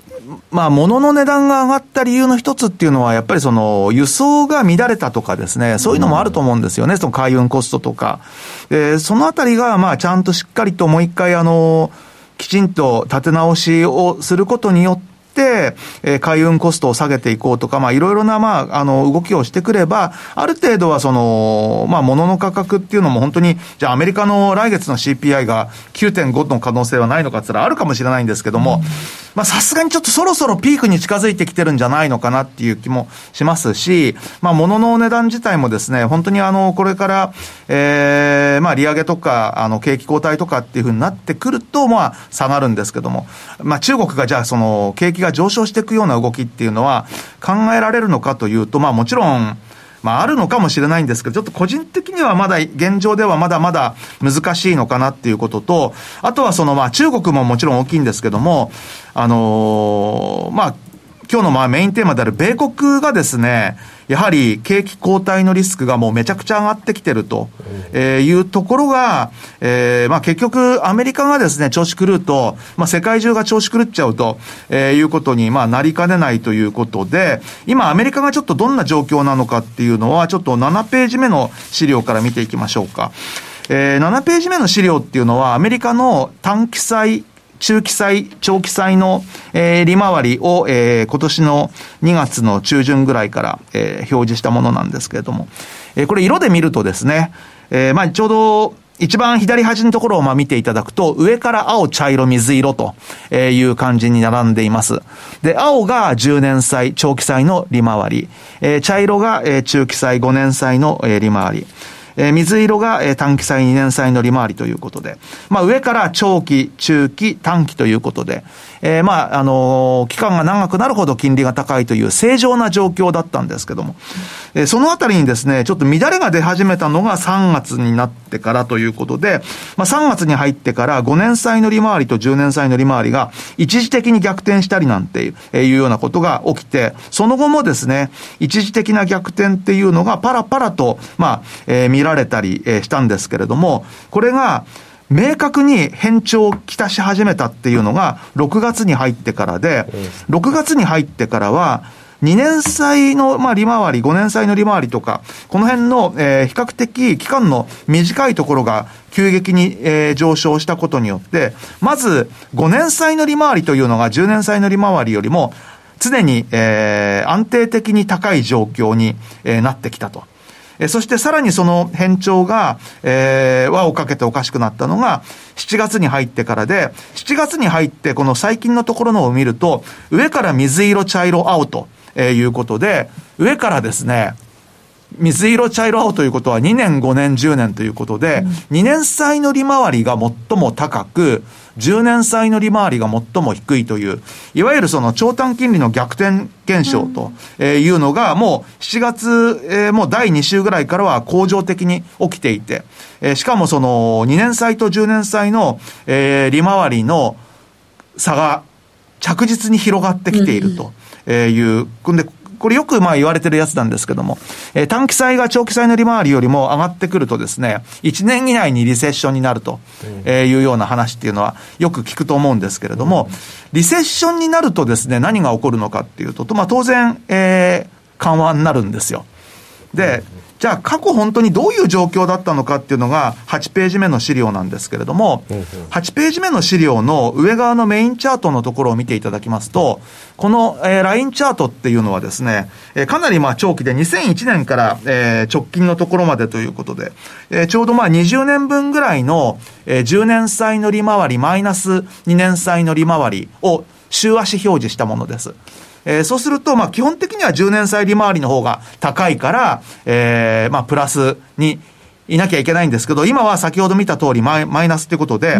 まあ、物の値段が上がった理由の一つっていうのは、やっぱりその、輸送が乱れたとかですね、そういうのもあると思うんですよね、その海運コストとか。で、そのあたりが、まあ、ちゃんとしっかりともう一回、あの、きちんと立て直しをすることによって、で、えー、海運コストを下げていこうとか、まあ、いろいろな、まあ、あの、動きをしてくれば、ある程度は、その、まあ、物の価格っていうのも本当に、じゃあ、アメリカの来月の シーピーアイ が きゅうてんご の可能性はないのかって言ったらあるかもしれないんですけども、うん、まあ、さすがにちょっとそろそろピークに近づいてきてるんじゃないのかなっていう気もしますし、まあ、物の値段自体もですね、本当にあの、これから、えー、まあ、利上げとか、あの、景気後退とかっていうふうになってくると、まあ、下がるんですけども、まあ、中国がじゃあ、その、景気が上昇していくような動きっていうのは考えられるのかというと、まあもちろん、まああるのかもしれないんですけど、ちょっと個人的にはまだ、現状ではまだまだ難しいのかなっていうことと、あとはそのまあ中国ももちろん大きいんですけども、あのー、まあ今日のまあメインテーマである米国がですね、やはり景気後退のリスクがもうめちゃくちゃ上がってきてると、えー、いうところが、えー、まあ結局アメリカがですね、調子狂うと、まあ世界中が調子狂っちゃうと、えー、いうことにまあなりかねないということで、今アメリカがちょっとどんな状況なのかっていうのは、ちょっとななページ目の資料から見ていきましょうか。えー、ななページ目の資料っていうのは、アメリカの短期債、中期債、長期債の、えー、利回りを、えー、今年のにがつの中旬ぐらいから、えー、表示したものなんですけれども、えー、これ色で見るとですね、えー、まあちょうど一番左端のところをまあ見ていただくと、上から青、茶色、水色という感じに並んでいます。で、青がじゅうねん債、長期債の利回り、えー、茶色が、えー、中期債、ごねん債の、えー、利回り。えー、水色が、えー、短期債にねん債の利回りということで、まあ上から長期、中期、短期ということで、えー、まああのー、期間が長くなるほど金利が高いという正常な状況だったんですけども、えー、そのあたりにですね、ちょっと乱れが出始めたのがさんがつになってからということで、まあさんがつに入ってからごねん債の利回りとじゅうねん債の利回りが一時的に逆転したりなんていう、えー、いうようなことが起きて、その後もですね、一時的な逆転っていうのがパラパラと、まあ、えー、見られたりしたんですけれども、これが明確に変調をきたし始めたっていうのがろくがつに入ってからで、ろくがつに入ってからはにねん債のまあ利回り、ごねん債の利回りとか、この辺のえー比較的期間の短いところが急激にえー上昇したことによって、まずごねん債の利回りというのがじゅうねん債の利回りよりも常にえー安定的に高い状況にえーなってきたと。えそしてさらにその変調が、えー、輪をかけておかしくなったのがしちがつに入ってからで、しちがつに入ってこの最近のところのを見ると、上から水色、茶色、青ということで、上からですね、水色、茶色、青ということはにねん、ごねん、じゅうねんということで、うん、にねん債の利回りが最も高く、じゅうねん債の利回りが最も低いという、いわゆるその長短金利の逆転現象というのが、もうしちがつ、えー、もうだいに週ぐらいからは恒常的に起きていて、えー、しかもそのにねん債とじゅうねん債の、えー、利回りの差が着実に広がってきているという、うん、でこれよくまあ言われてるやつなんですけども、えー、短期債が長期債の利回りよりも上がってくるとですね、いちねん以内にリセッションになるというような話っていうのはよく聞くと思うんですけれども、リセッションになるとですね、何が起こるのかっていうと、まあ当然、えー、緩和になるんですよ。で、じゃあ過去本当にどういう状況だったのかっていうのがはちページ目の資料なんですけれども、はちページ目の資料の上側のメインチャートのところを見ていただきますと、この、えー、ラインチャートっていうのはですね、えー、かなりまあ長期でにせんいちねんから、えー、直近のところまでということで、えー、ちょうどまあにじゅうねんぶんぐらいの、えー、じゅうねん債の利回りマイナスにねん債の利回りを週足表示したものです。えー、そうすると、まあ、基本的にはじゅうねん債利回りの方が高いから、えー、まあ、プラスにいなきゃいけないんですけど、今は先ほど見た通りマイ、マイナスってことで、うん、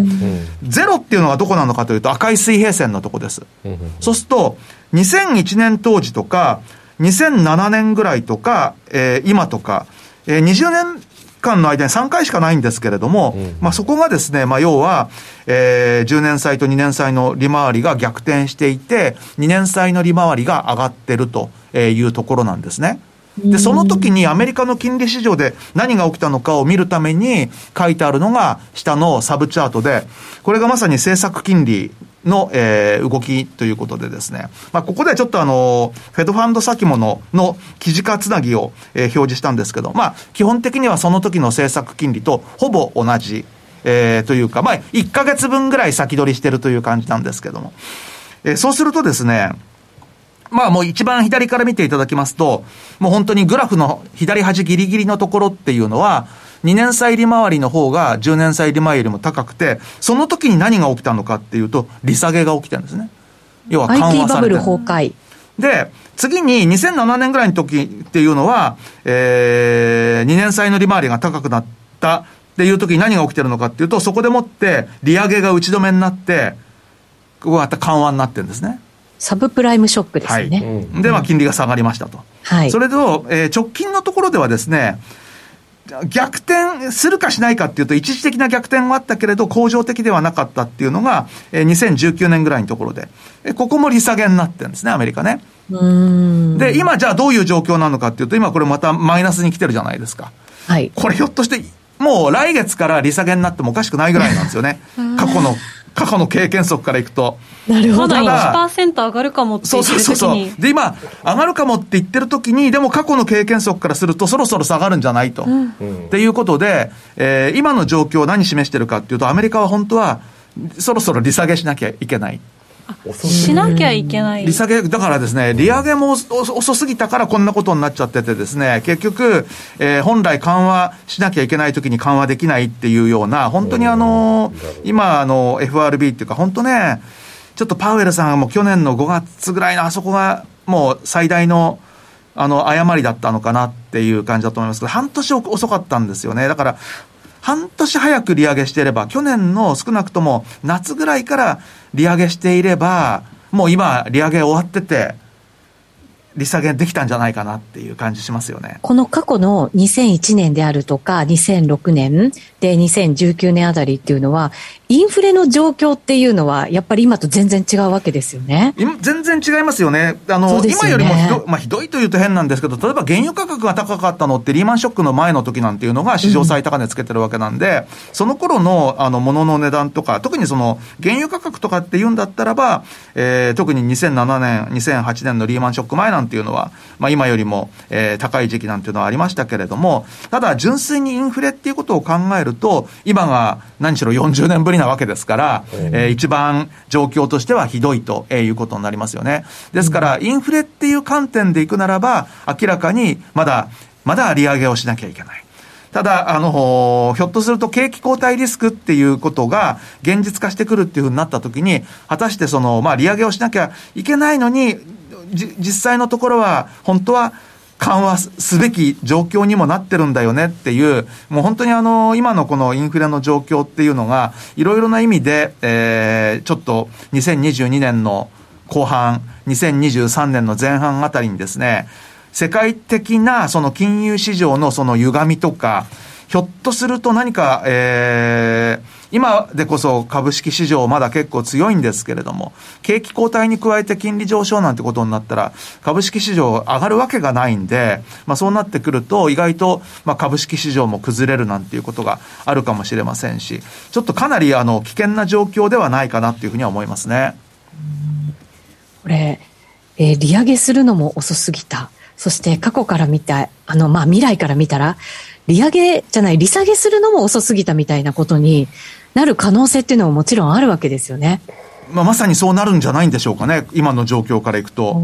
ゼロっていうのがどこなのかというと赤い水平線のとこです。うん、そうすると、にせんいちねん当時とか、にせんななねんぐらいとか、えー、今とか、えー、にじゅうねんかんの間にさんかいしかないんですけれども、うん、まあそこがですね、まあ要は、えー、じゅうねん債とにねん債の利回りが逆転していて、にねん債の利回りが上がってるというところなんですね。 で、その時にアメリカの金利市場で何が起きたのかを見るために書いてあるのが下のサブチャートで、これがまさに政策金利の、えー、動きということでですね。まあ、ここでちょっとあの、フェドファンド先物の記事化つなぎを、えー、表示したんですけど、まあ、基本的にはその時の政策金利とほぼ同じ、えー、というか、まあ、いっかげつぶんぐらい先取りしてるという感じなんですけども。えー、そうするとですね、まあもう一番左から見ていただきますと、もう本当にグラフの左端ギリギリのところっていうのは、にねん債利回りの方がじゅうねん債利回りよりも高くて、その時に何が起きたのかっていうと、利下げが起きてるんですね。要は緩和されてる。アイティー バブル崩壊。で、次ににせんななねんぐらいの時っていうのは、えー、にねん債の利回りが高くなったっていう時に何が起きてるのかっていうと、そこでもって利上げが打ち止めになって、こうやって緩和になってるんですね。 サブプライムショックですよね。 はい、で、まあ、金利が下がりましたと。はい、それと、えー、直近のところではですね、逆転するかしないかっていうと、一時的な逆転はあったけれど、恒常的ではなかったっていうのが、えー、にせんじゅうきゅうねんぐらいのところで、えー、ここも利下げになってるんですね、アメリカね。うーんで、今じゃあどういう状況なのかっていうと、今これまたマイナスに来てるじゃないですか。はい。これひょっとして、もう来月から利下げになってもおかしくないぐらいなんですよね。過去の。過去の経験則からいくと。 なるほど。まだ いちパーセント 上がるかもって言ってる時に。そうそうそうそう。で、 今、上がるかもって言ってる時に、でも過去の経験則からすると、そろそろ下がるんじゃないと。うん、っていうことで、えー、今の状況を何示してるかっていうと、アメリカは本当は、そろそろ利下げしなきゃいけない。 しなきゃいけない。 利下げ、だからですね、利上げも遅すぎたからこんなことになっちゃっててですね、結局、えー、本来緩和しなきゃいけないときに緩和できないっていうような、本当にあの、今あの、エフアールビー っていうか、本当ね、ちょっとパウエルさんがもう去年のごがつぐらいのあそこがもう最大の、あの、誤りだったのかなっていう感じだと思いますけど、半年遅かったんですよね。だから、半年早く利上げしていれば、去年の少なくとも夏ぐらいから利上げしていれば、もう今利上げ終わってて、利下げできたんじゃないかなっていう感じしますよね。 この過去のにせんいちねんであるとか、にせんろくねんでにせんじゅうきゅうねんあたりっていうのは、インフレの状況っていうのは、やっぱり今と全然違うわけですよね。 全然違いますよね。あの、ね、今よりもひど、まあ、ひどいというと変なんですけど、例えば原油価格が高かったのってリーマンショックの前の時なんていうのが史上最高値つけてるわけなんで、うん、その頃のあの物の値段とか、特にその原油価格とかっていうんだったらば、えー、特ににせんななねん、にせんはちねんのリーマンショック前なんていうのは、まあ、今よりも、えー、高い時期なんていうのはありましたけれども、ただ純粋にインフレっていうことを考えると、今が何しろよんじゅうねんぶりなわけですから、えー、一番状況としてはひどいということになりますよね。ですからインフレっていう観点でいくならば、明らかにまだまだ利上げをしなきゃいけない。ただあのひょっとすると景気後退リスクっていうことが現実化してくるっていうふうになったときに、果たしてそのまあ利上げをしなきゃいけないのに、実際のところは本当は緩和すべき状況にもなってるんだよねっていう、もう本当にあの今のこのインフレの状況っていうのがいろいろな意味で、えー、ちょっとにせんにじゅうにねんの後半、にせんにじゅうさんねんの前半あたりにですね、世界的なその金融市場のその歪みとか、ひょっとすると何か、えー、今でこそ株式市場まだ結構強いんですけれども、景気後退に加えて金利上昇なんてことになったら株式市場上がるわけがないんで、まあそうなってくると意外とまあ株式市場も崩れるなんていうことがあるかもしれませんし、ちょっとかなりあの危険な状況ではないかなっていうふうには思いますね。 これ、えー、利上げするのも遅すぎた。そして過去から見た、あのまあ未来から見たら、利上げじゃない、利下げするのも遅すぎたみたいなことになる可能性っていうのももちろんあるわけですよね。 まあ、まさにそうなるんじゃないんでしょうかね、今の状況からいくと。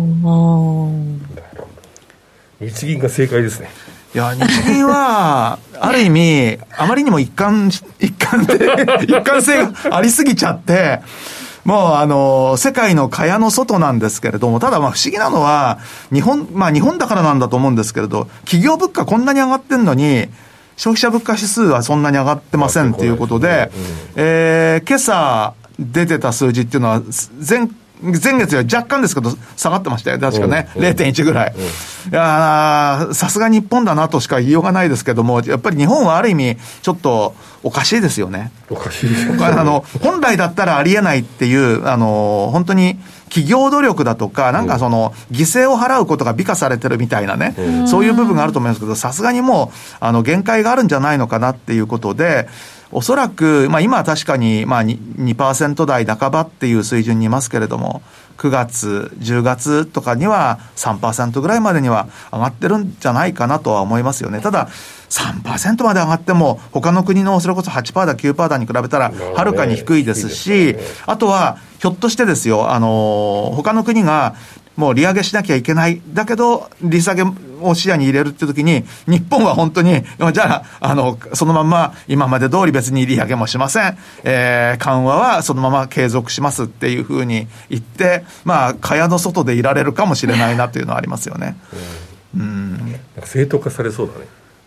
日銀が正解ですね。 いや、日銀はある意味あまりにも一貫一貫で一貫性がありすぎちゃって、もうあの世界の蚊帳の外なんですけれども、ただまあ不思議なのは日本、まあ日本だからなんだと思うんですけれど、企業物価こんなに上がってんのに消費者物価指数はそんなに上がってませんということで、うん、えー、今朝出てた数字っていうのは前前月より若干ですけど下がってましたよ、確かね、うん、れいてんいち ぐらい、うん、いやさすが日本だなとしか言いようがないですけども、やっぱり日本はある意味ちょっとおかしいですよね。 おかしいですね。 あの本来だったらありえないっていう、あの本当に企業努力だとか、なんかその、犠牲を払うことが美化されてるみたいなね、うん、そういう部分があると思いますけど、さすがにもう、あの、限界があるんじゃないのかなっていうことで、おそらく、まあ今は確かに、まあ にパーセント 台半ばっていう水準にいますけれども、くがつ、じゅうがつとかには さんパーセント ぐらいまでには上がってるんじゃないかなとは思いますよね。ただ、さんパーセント まで上がっても、他の国のそれこそ はちパーセント だ きゅうパーセント だに比べたら、はるかに低いですし、あとは、ひょっとしてですよ、あの、他の国が、もう利上げしなきゃいけない。だけど、利下げを視野に入れるっていう時に、日本は本当に、じゃあ、あの、そのまま、今まで通り別に利上げもしません。えー、緩和はそのまま継続しますっていうふうに言って、まあ、蚊帳の外でいられるかもしれないなというのはありますよね。うん。うん、 なんか正当化されそうだね。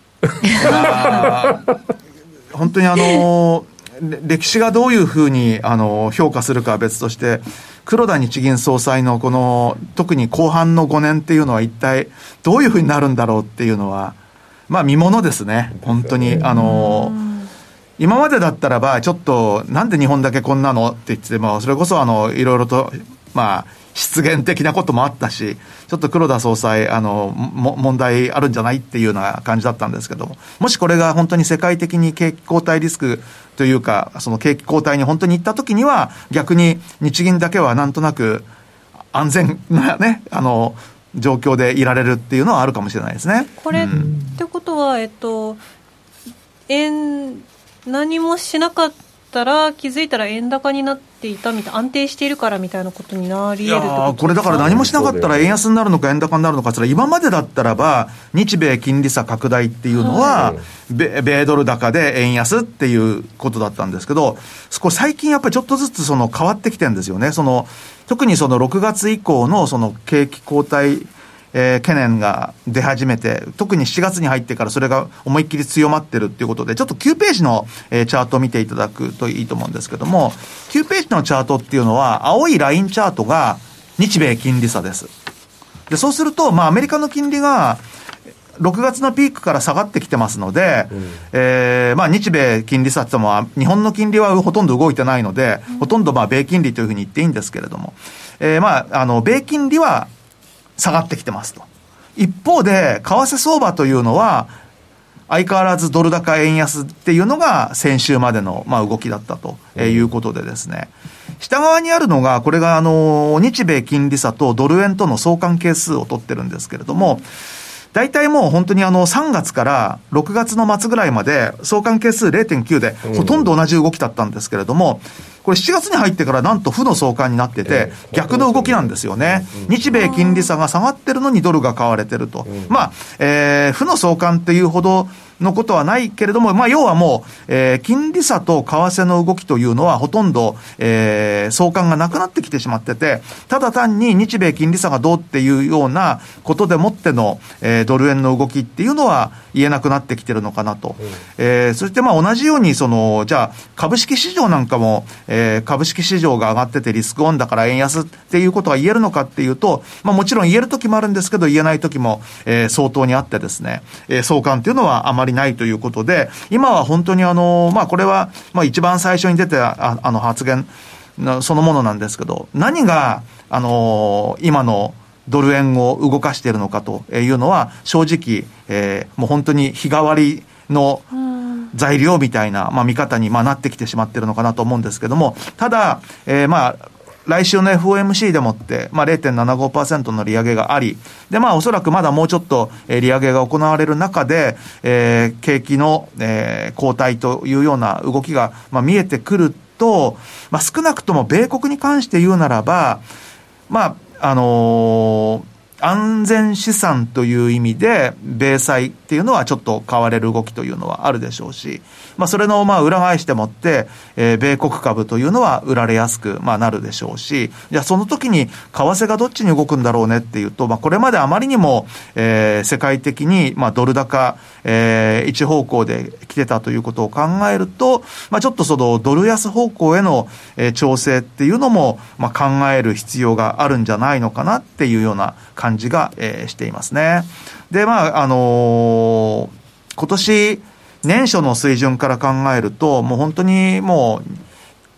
本当にあの、歴史がどういうふうにあの評価するかは別として、黒田日銀総裁のこの特に後半のごねんっていうのは一体どういうふうになるんだろうっていうのは、まあ見ものですね。本当にあの今までだったらばちょっとなんで日本だけこんなのって言っても、それこそあのいろいろとまあ失言的なこともあったし、ちょっと黒田総裁あのも問題あるんじゃないっていうような感じだったんですけども、もしこれが本当に世界的に景気後退リスクというか、その景気後退に本当に行ったときには、逆に日銀だけはなんとなく安全なね、あの状況でいられるっていうのはあるかもしれないですね。 これ、うん、ってことは、えっと、円何もしなかったら気づいたら円高になっていたみたいな、安定しているからみたいなことになり得るってことですか。いやこれだから何もしなかったら円安になるのか円高になるのかって言ったら、今までだったらば日米金利差拡大っていうのは、はい、米, 米ドル高で円安っていうことだったんですけど、これ最近やっぱりちょっとずつその変わってきてるんですよね。その特にそのろくがつ以降のその景気後退えー、懸念が出始めて、特にしちがつに入ってからそれが思いっきり強まってるっていうことで、ちょっときゅうページの、えー、チャートを見ていただくといいと思うんですけども、きゅうページのチャートっていうのは青いラインチャートが日米金利差です。でそうすると、まあアメリカの金利がろくがつのピークから下がってきてますので、うんえーまあ、日米金利差って言っても日本の金利はほとんど動いてないので、うん、ほとんどまあ米金利というふうに言っていいんですけれども、えー、まああの米金利は下がってきてますと。一方で為替相場というのは相変わらずドル高円安っていうのが先週までのまあ動きだったということでですね、下側にあるのがこれがあの日米金利差とドル円との相関係数を取ってるんですけれども、大体もう本当にあのさんがつからろくがつの末ぐらいまで相関係数 れいてんきゅう でほとんど同じ動きだったんですけれども、これしちがつに入ってからなんと負の相関になってて逆の動きなんですよね。日米金利差が下がってるのにドルが買われてると。まあ、えー、負の相関っていうほどのことはないけれども、まあ要はもう、えー、金利差と為替の動きというのはほとんど、えー、相関がなくなってきてしまってて、ただ単に日米金利差がどうっていうようなことでもっての、えー、ドル円の動きっていうのは言えなくなってきてるのかなと。うんえー、そしてまあ同じようにその、じゃあ株式市場なんかも、えー、株式市場が上がっててリスクオンだから円安っていうことが言えるのかっていうと、まあもちろん言える時もあるんですけど言えない時も、えー、相当にあってですね、えー、相関っていうのはあまりないということで、今は本当にあの、まあこれは、まあ一番最初に出てああの発言そのものなんですけど、何が、あの、今のドル円を動かしているのかというのは、正直、えー、もう本当に日替わりの材料みたいな、まあ見方にまあなってきてしまっているのかなと思うんですけども、ただ、えー、まあ、来週の エフオーエムシー でもって、まあ れいてんななごパーセント の利上げがあり、で、まあおそらくまだもうちょっと、えー、利上げが行われる中で、えー、景気の、えー、後退というような動きが、まあ、見えてくると、まあ少なくとも米国に関して言うならば、まあ、あのー、安全資産という意味で米債っていうのはちょっと買われる動きというのはあるでしょうし、まあそれのまあ裏返してもって、えー、米国株というのは売られやすくまあなるでしょうし、じゃあその時に為替がどっちに動くんだろうねっていうと、まあこれまであまりにも、えー、世界的にまあドル高、えー、一方向で来てたということを考えると、まあちょっとそのドル安方向への、えー、調整っていうのもまあ考える必要があるんじゃないのかなっていうような感じが、えー、していますね。で、まあ、あのー、今年、年初の水準から考えると、もう本当にもう、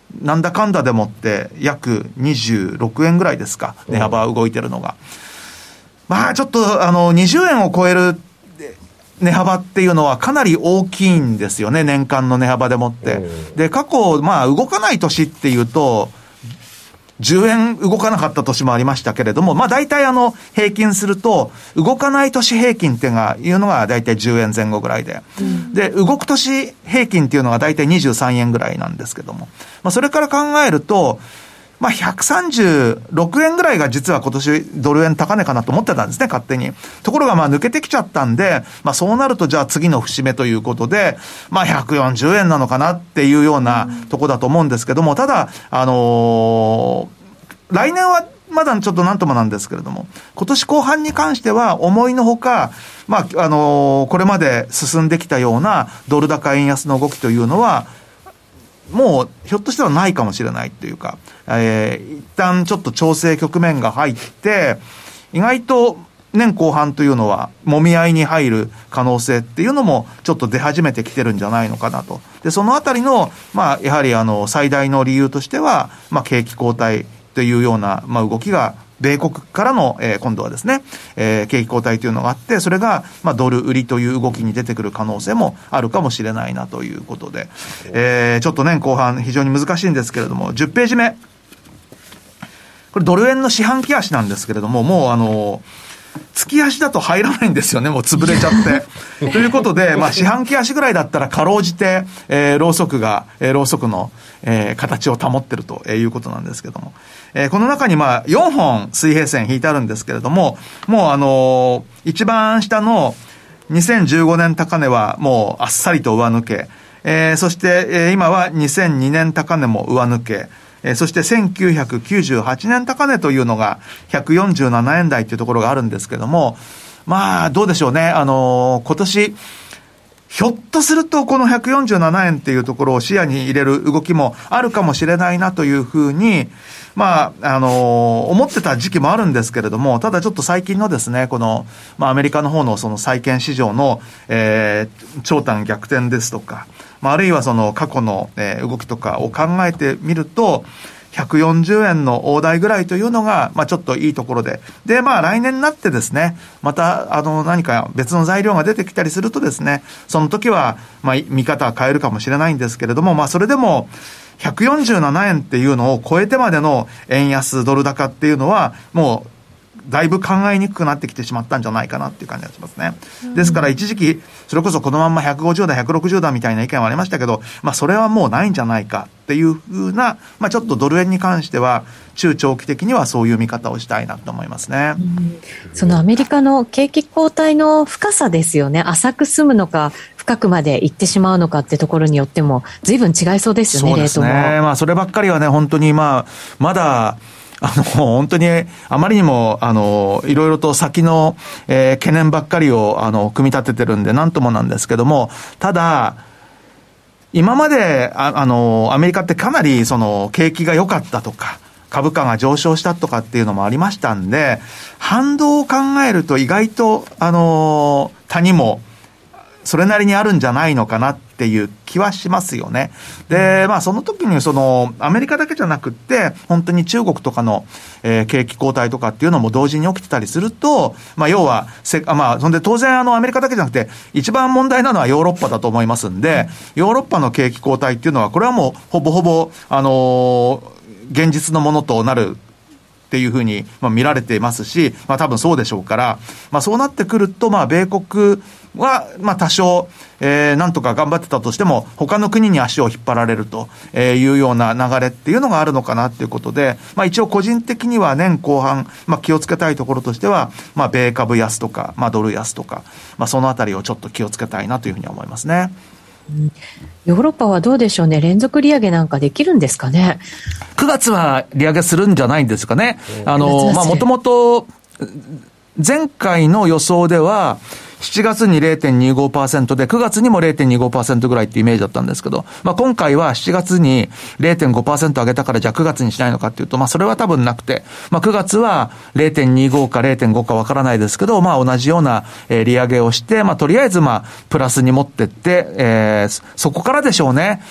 なんだかんだでもって約にじゅうろくえんぐらいですか、値幅動いてるのが。まあちょっとあのにじゅうえんを超える値幅っていうのはかなり大きいんですよね、年間の値幅でもって。で、過去、まあ動かない年っていうと、じゅうえん動かなかった年もありましたけれども、まあ大体あの平均すると、動かない年平均っていうのが、いうのが大体じゅうえんぜん後ぐらいで、うん、で、動く年平均っていうのが大体にじゅうさんえんぐらいなんですけども、まあそれから考えると、まあ、ひゃくさんじゅうろくえんぐらいが実は今年ドル円高値かなと思ってたんですね、勝手に。ところがまあ抜けてきちゃったんで、まあそうなるとじゃあ次の節目ということで、まあひゃくよんじゅうえんなのかなっていうようなとこだと思うんですけども、ただ、あのー、来年はまだちょっとなんともなんですけれども、今年後半に関しては思いのほか、まあ、あのー、これまで進んできたようなドル高円安の動きというのは、もうひょっとしたらないかもしれないっていうか、えー、一旦ちょっと調整局面が入って、意外と年後半というのは揉み合いに入る可能性っていうのもちょっと出始めてきてるんじゃないのかなと。で、そのあたりの、まあ、やはりあの、最大の理由としては、まあ、景気後退というような、まあ、動きが、米国からの、えー、今度はですね、えー、景気後退というのがあって、それが、まあ、ドル売りという動きに出てくる可能性もあるかもしれないなということで、えー、ちょっとね、後半非常に難しいんですけれども、じゅっページ目。これドル円の四半期足なんですけれども、もうあの、月足だと入らないんですよね、もう潰れちゃって。ということで、まあ、四半期足ぐらいだったら、かろうじて、えー、ロウソクが、えー、ロウソクの、えー、形を保ってるということなんですけども。えー、この中に、まあ、よんほん水平線引いてあるんですけれども、もうあのー、一番下のにせんじゅうごねん高値はもうあっさりと上抜け、えー、そして、えー、今はにせんにねん高値も上抜け、えー、そしてせんきゅうひゃくきゅうじゅうはちねん高値というのがひゃくよんじゅうななえん台というところがあるんですけども、まあどうでしょうね、あのー、今年ひょっとするとこのひゃくよんじゅうななえんっていうところを視野に入れる動きもあるかもしれないなというふうに、まあ、あのー、思ってた時期もあるんですけれども、ただちょっと最近のですね、この、まあアメリカの方のその債券市場の、えー、長短逆転ですとか、まああるいはその過去の、えー、動きとかを考えてみると、ひゃくよんじゅうえんの大台ぐらいというのが、まあちょっといいところで。で、まあ来年になってですね、また、あの、何か別の材料が出てきたりするとですね、その時は、まあ見方は変えるかもしれないんですけれども、まあそれでも、ひゃくよんじゅうななえんっていうのを超えてまでの円安ドル高っていうのは、もう、だいぶ考えにくくなってきてしまったんじゃないかなっていう感じがしますね。ですから一時期、それこそこのまんまひゃくごじゅうだい、ひゃくろくじゅうだいみたいな意見はありましたけど、まあそれはもうないんじゃないかっていうふうな、まあちょっとドル円に関しては、中長期的にはそういう見方をしたいなと思いますね。 うん、そのアメリカの景気後退の深さですよね。浅く済むのか、深くまで行ってしまうのかってところによっても、随分違いそうですよね、 そうですね。 レートも。 まあそればっかりはね、本当にまあ、まだ、あの、本当に、あまりにも、あの、いろいろと先の、えー、懸念ばっかりを、あの、組み立ててるんで、なんともなんですけども、ただ、今まで、あ、あの、アメリカってかなり、その、景気が良かったとか、株価が上昇したとかっていうのもありましたんで、反動を考えると意外と、あの、谷も、それなりにあるんじゃないのかなっていう気はしますよね。で、まあその時にそのアメリカだけじゃなくって本当に中国とかの、えー、景気後退とかっていうのも同時に起きてたりすると、まあ要はせまあそんで当然あのアメリカだけじゃなくて一番問題なのはヨーロッパだと思いますんで、ヨーロッパの景気後退っていうのはこれはもうほぼほぼあのー、現実のものとなるっていうふうに、まあ、見られていますし、まあ多分そうでしょうから、まあそうなってくると、まあ米国は、まあ多少、えー、なんとか頑張ってたとしても、他の国に足を引っ張られるというような流れっていうのがあるのかなっていうことで、まあ一応個人的には年後半、まあ気をつけたいところとしては、まあ米株安とか、まあドル安とか、まあそのあたりをちょっと気をつけたいなというふうに思いますね。 うん、ヨーロッパはどうでしょうね。連続利上げなんかできるんですかね。 くがつは利上げするんじゃないんですかね。あの、まあ、もともと、前回の予想では、しちがつに れいてんにごパーセント で、くがつにも れいてんにごパーセント ぐらいってイメージだったんですけど、まあ、今回はしちがつに れいてんごパーセント 上げたからじゃあくがつにしないのかっていうと、まあ、それは多分なくて、まあ、くがつは れいてんにご か れいてんご かわからないですけど、まあ、同じような、えー、利上げをして、まあ、とりあえずまあ、プラスに持ってって、えー、そこからでしょうね。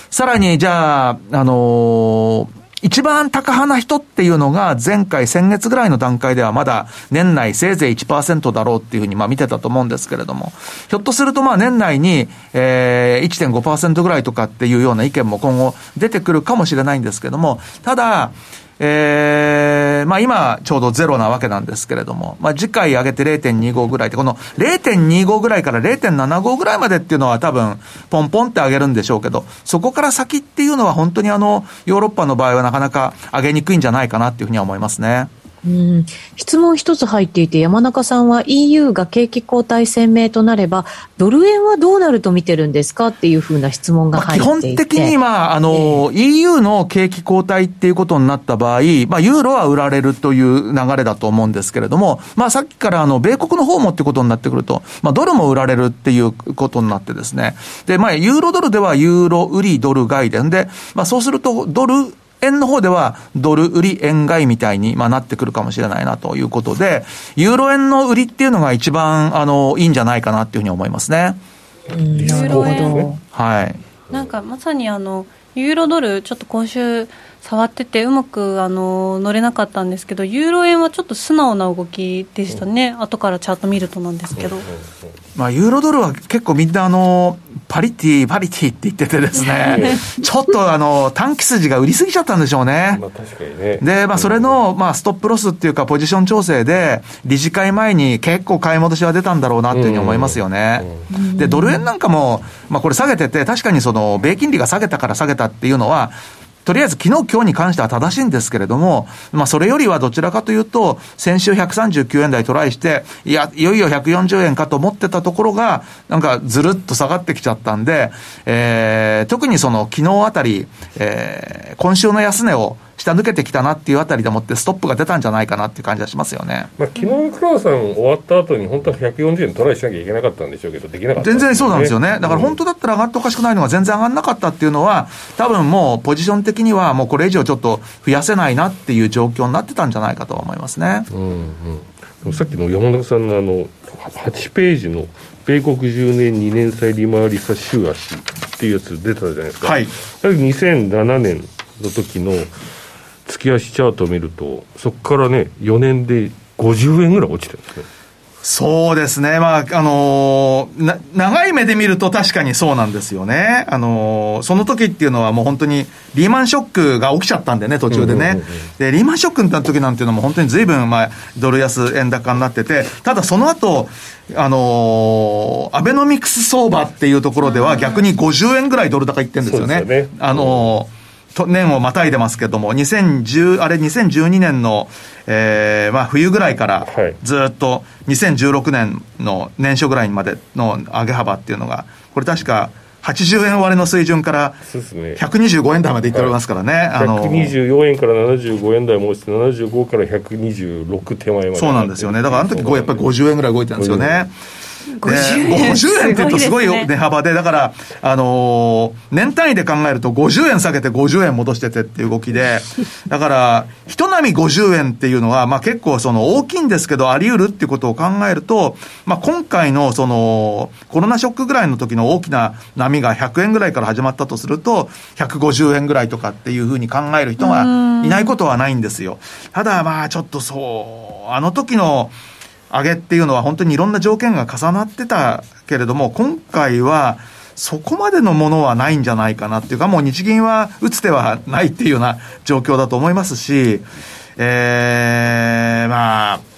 さらに、じゃあ、あのー、一番高派な人っていうのが前回先月ぐらいの段階ではまだ年内せいぜい いちパーセント だろうっていうふうにまあ見てたと思うんですけれども、ひょっとするとまあ年内にえ いってんごパーセント ぐらいとかっていうような意見も今後出てくるかもしれないんですけども、ただえー、まあ今ちょうどゼロなわけなんですけれども、まあ次回上げて れいてんにご ぐらいで、この れいてんにご ぐらいから れいてんななご ぐらいまでっていうのは多分ポンポンって上げるんでしょうけど、そこから先っていうのは本当にあのヨーロッパの場合はなかなか上げにくいんじゃないかなっていうふうには思いますね。 うん、質問一つ入っていて、山中さんは イーユー が景気後退鮮明となればドル円はどうなると見てるんですかっていうふうな質問が入っていて、まあ、基本的にまああの、えー、イーユー の景気後退っていうことになった場合、まあユーロは売られるという流れだと思うんですけれども、まあさっきからあの米国の方もってことになってくると、まあドルも売られるっていうことになってですね、でまあユーロドルではユーロ売りドル買いで、でまあそうするとドル円の方ではドル売り円買いみたいにまあなってくるかもしれないなということで、ユーロ円の売りっていうのが一番あのいいんじゃないかなっていうふうに思いますね。 うん、なるほど。 はい。 なんかまさにあのユーロドルちょっと今週触っててうまくあの乗れなかったんですけど、ユーロ円はちょっと素直な動きでしたね、うん、後からチャート見るとなんですけど、 まあ、ユーロドルは結構みんなあのパリティパリティって言っててですねちょっとあの短期筋が売りすぎちゃったんでしょうね。 まあ、確かにね。 で、まあ、それの、まあ、ストップロスっていうかポジション調整で理事会前に結構買い戻しは出たんだろうなっていうふうに思いますよね。でドル円なんかも、まあ、これ下げてて、確かにその米金利が下げたから下げたっていうのはとりあえず昨日今日に関しては正しいんですけれども、まあそれよりはどちらかというと先週ひゃくさんじゅうきゅうえん台トライして、いやいよいよひゃくよんじゅうえんかと思ってたところがなんかずるっと下がってきちゃったんで、えー、特にその昨日あたり、えー、今週の安値を下抜けてきたなっていうあたりでもってストップが出たんじゃないかなっていう感じがしますよね。 まあ、昨日黒田さん終わった後に本当はひゃくよんじゅうえんトライしなきゃいけなかったんでしょうけどできなかった、ね、 全然そうなんですよね。だから本当だったら上がっておかしくないのが全然上がんなかったっていうのは、多分もうポジション的にはもうこれ以上ちょっと増やせないなっていう状況になってたんじゃないかと思いますね。 うんうん、さっきの山中さんのあのはちページの米国じゅうねんにねん債利回り差週足っていうやつ出たじゃないですか。 はい。 にせんななねんの時の月足チャートを見るとそこからねよねんでごじゅうえんぐらい落ちてるんですね。 そうですね。まあ、あのー、な、長い目で見ると確かにそうなんですよね。あのー、その時っていうのはもう本当にリーマンショックが起きちゃったんでね、途中でね。うんうんうんうん、で、リーマンショックの時なんていうのも本当に随分、まあ、ドル安円高になってて、ただその後、あのー、アベノミクス相場っていうところでは逆にごじゅうえんぐらいドル高いってるんですよね。そうですよね。あのー、年をまたいでますけども、にせんじゅうあれにせんじゅうにねんの、えーまあ、冬ぐらいからずっとにせんじゅうろくねんの年初ぐらいまでの上げ幅っていうのが、これ確かはちじゅうえん割れの水準からひゃくにじゅうごえん台までいっておりますからね、はい、あのひゃくにじゅうよんえんからななじゅうごえん台も落ちてななじゅうごからひゃくにじゅうろく手前まで。そうなんですよね。だからあの時やっぱりごじゅうえんぐらい動いてるんですよね。ごじゅうえん、ごじゅうえんって言うとすごい値幅で、だから、あのー、年単位で考えるとごじゅうえん下げてごじゅうえん戻しててっていう動きで、だから、人並みごじゅうえんっていうのは、まあ結構その大きいんですけど、あり得るっていうことを考えると、まあ今回のその、コロナショックぐらいの時の大きな波がひゃくえんぐらいから始まったとすると、ひゃくごじゅうえんぐらいとかっていうふうに考える人がいないことはないんですよ。ただまあちょっとそう、あの時の、上げっていうのは本当にいろんな条件が重なってたけれども、今回はそこまでのものはないんじゃないかなっていうか、もう日銀は打つ手はないっていうような状況だと思いますし、えー、まあ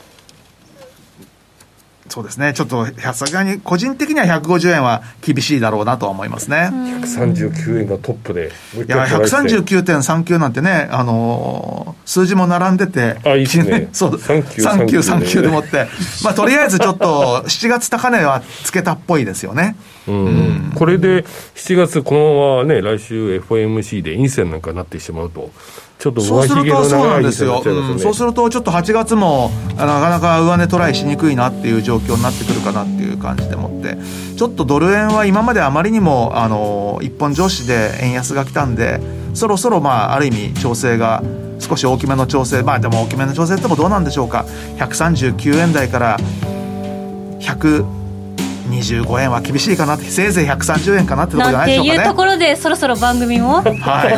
そうですね、ちょっとさすがに個人的にはひゃくごじゅうえんは厳しいだろうなとは思いますね。 ひゃくさんじゅうきゅうえんがトップで、 いや ひゃくさんじゅうきゅうてんさんきゅう なんてね、あのー、数字も並んでて、 あ、いいですね。 そうさんきゅうさんきゅうさんきゅうでもって、まあとりあえずちょっとしちがつ高値はつけたっぽいですよね。 うんうん、これでしちがつこのままね、来週 エフオーエムシー で陰線なんかになってしまうと。ちょっと上髭の長い陰線になっちゃいますね。 そうするとちょっとはちがつもなかなか上値トライしにくいなっていう状況になってくるかなっていう感じでもって、ちょっとドル円は今まであまりにもあの一本上子で円安が来たんで、そろそろまあある意味調整が少し大きめの調整、まあでも大きめの調整ってもどうなんでしょうか。ひゃくさんじゅうきゅうえん台からひゃくにじゅうごえんは厳しいかなって、せいぜいひゃくさんじゅうえんかなってところじゃないでしょうかね。 なんていうところでそろそろ番組も、はい、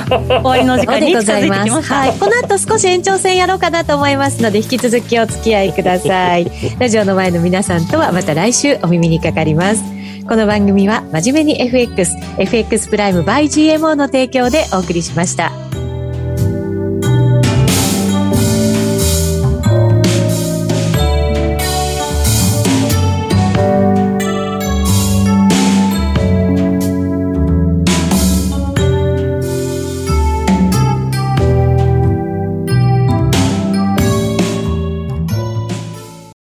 終わりの時間に近づいてきました。 はい、この後少し延長戦やろうかなと思いますので、引き続きお付き合いください。ラジオの前の皆さんとはまた来週お耳にかかります。この番組は真面目に エフエックス、エフエックス プライム by ジーエムオー の提供でお送りしました。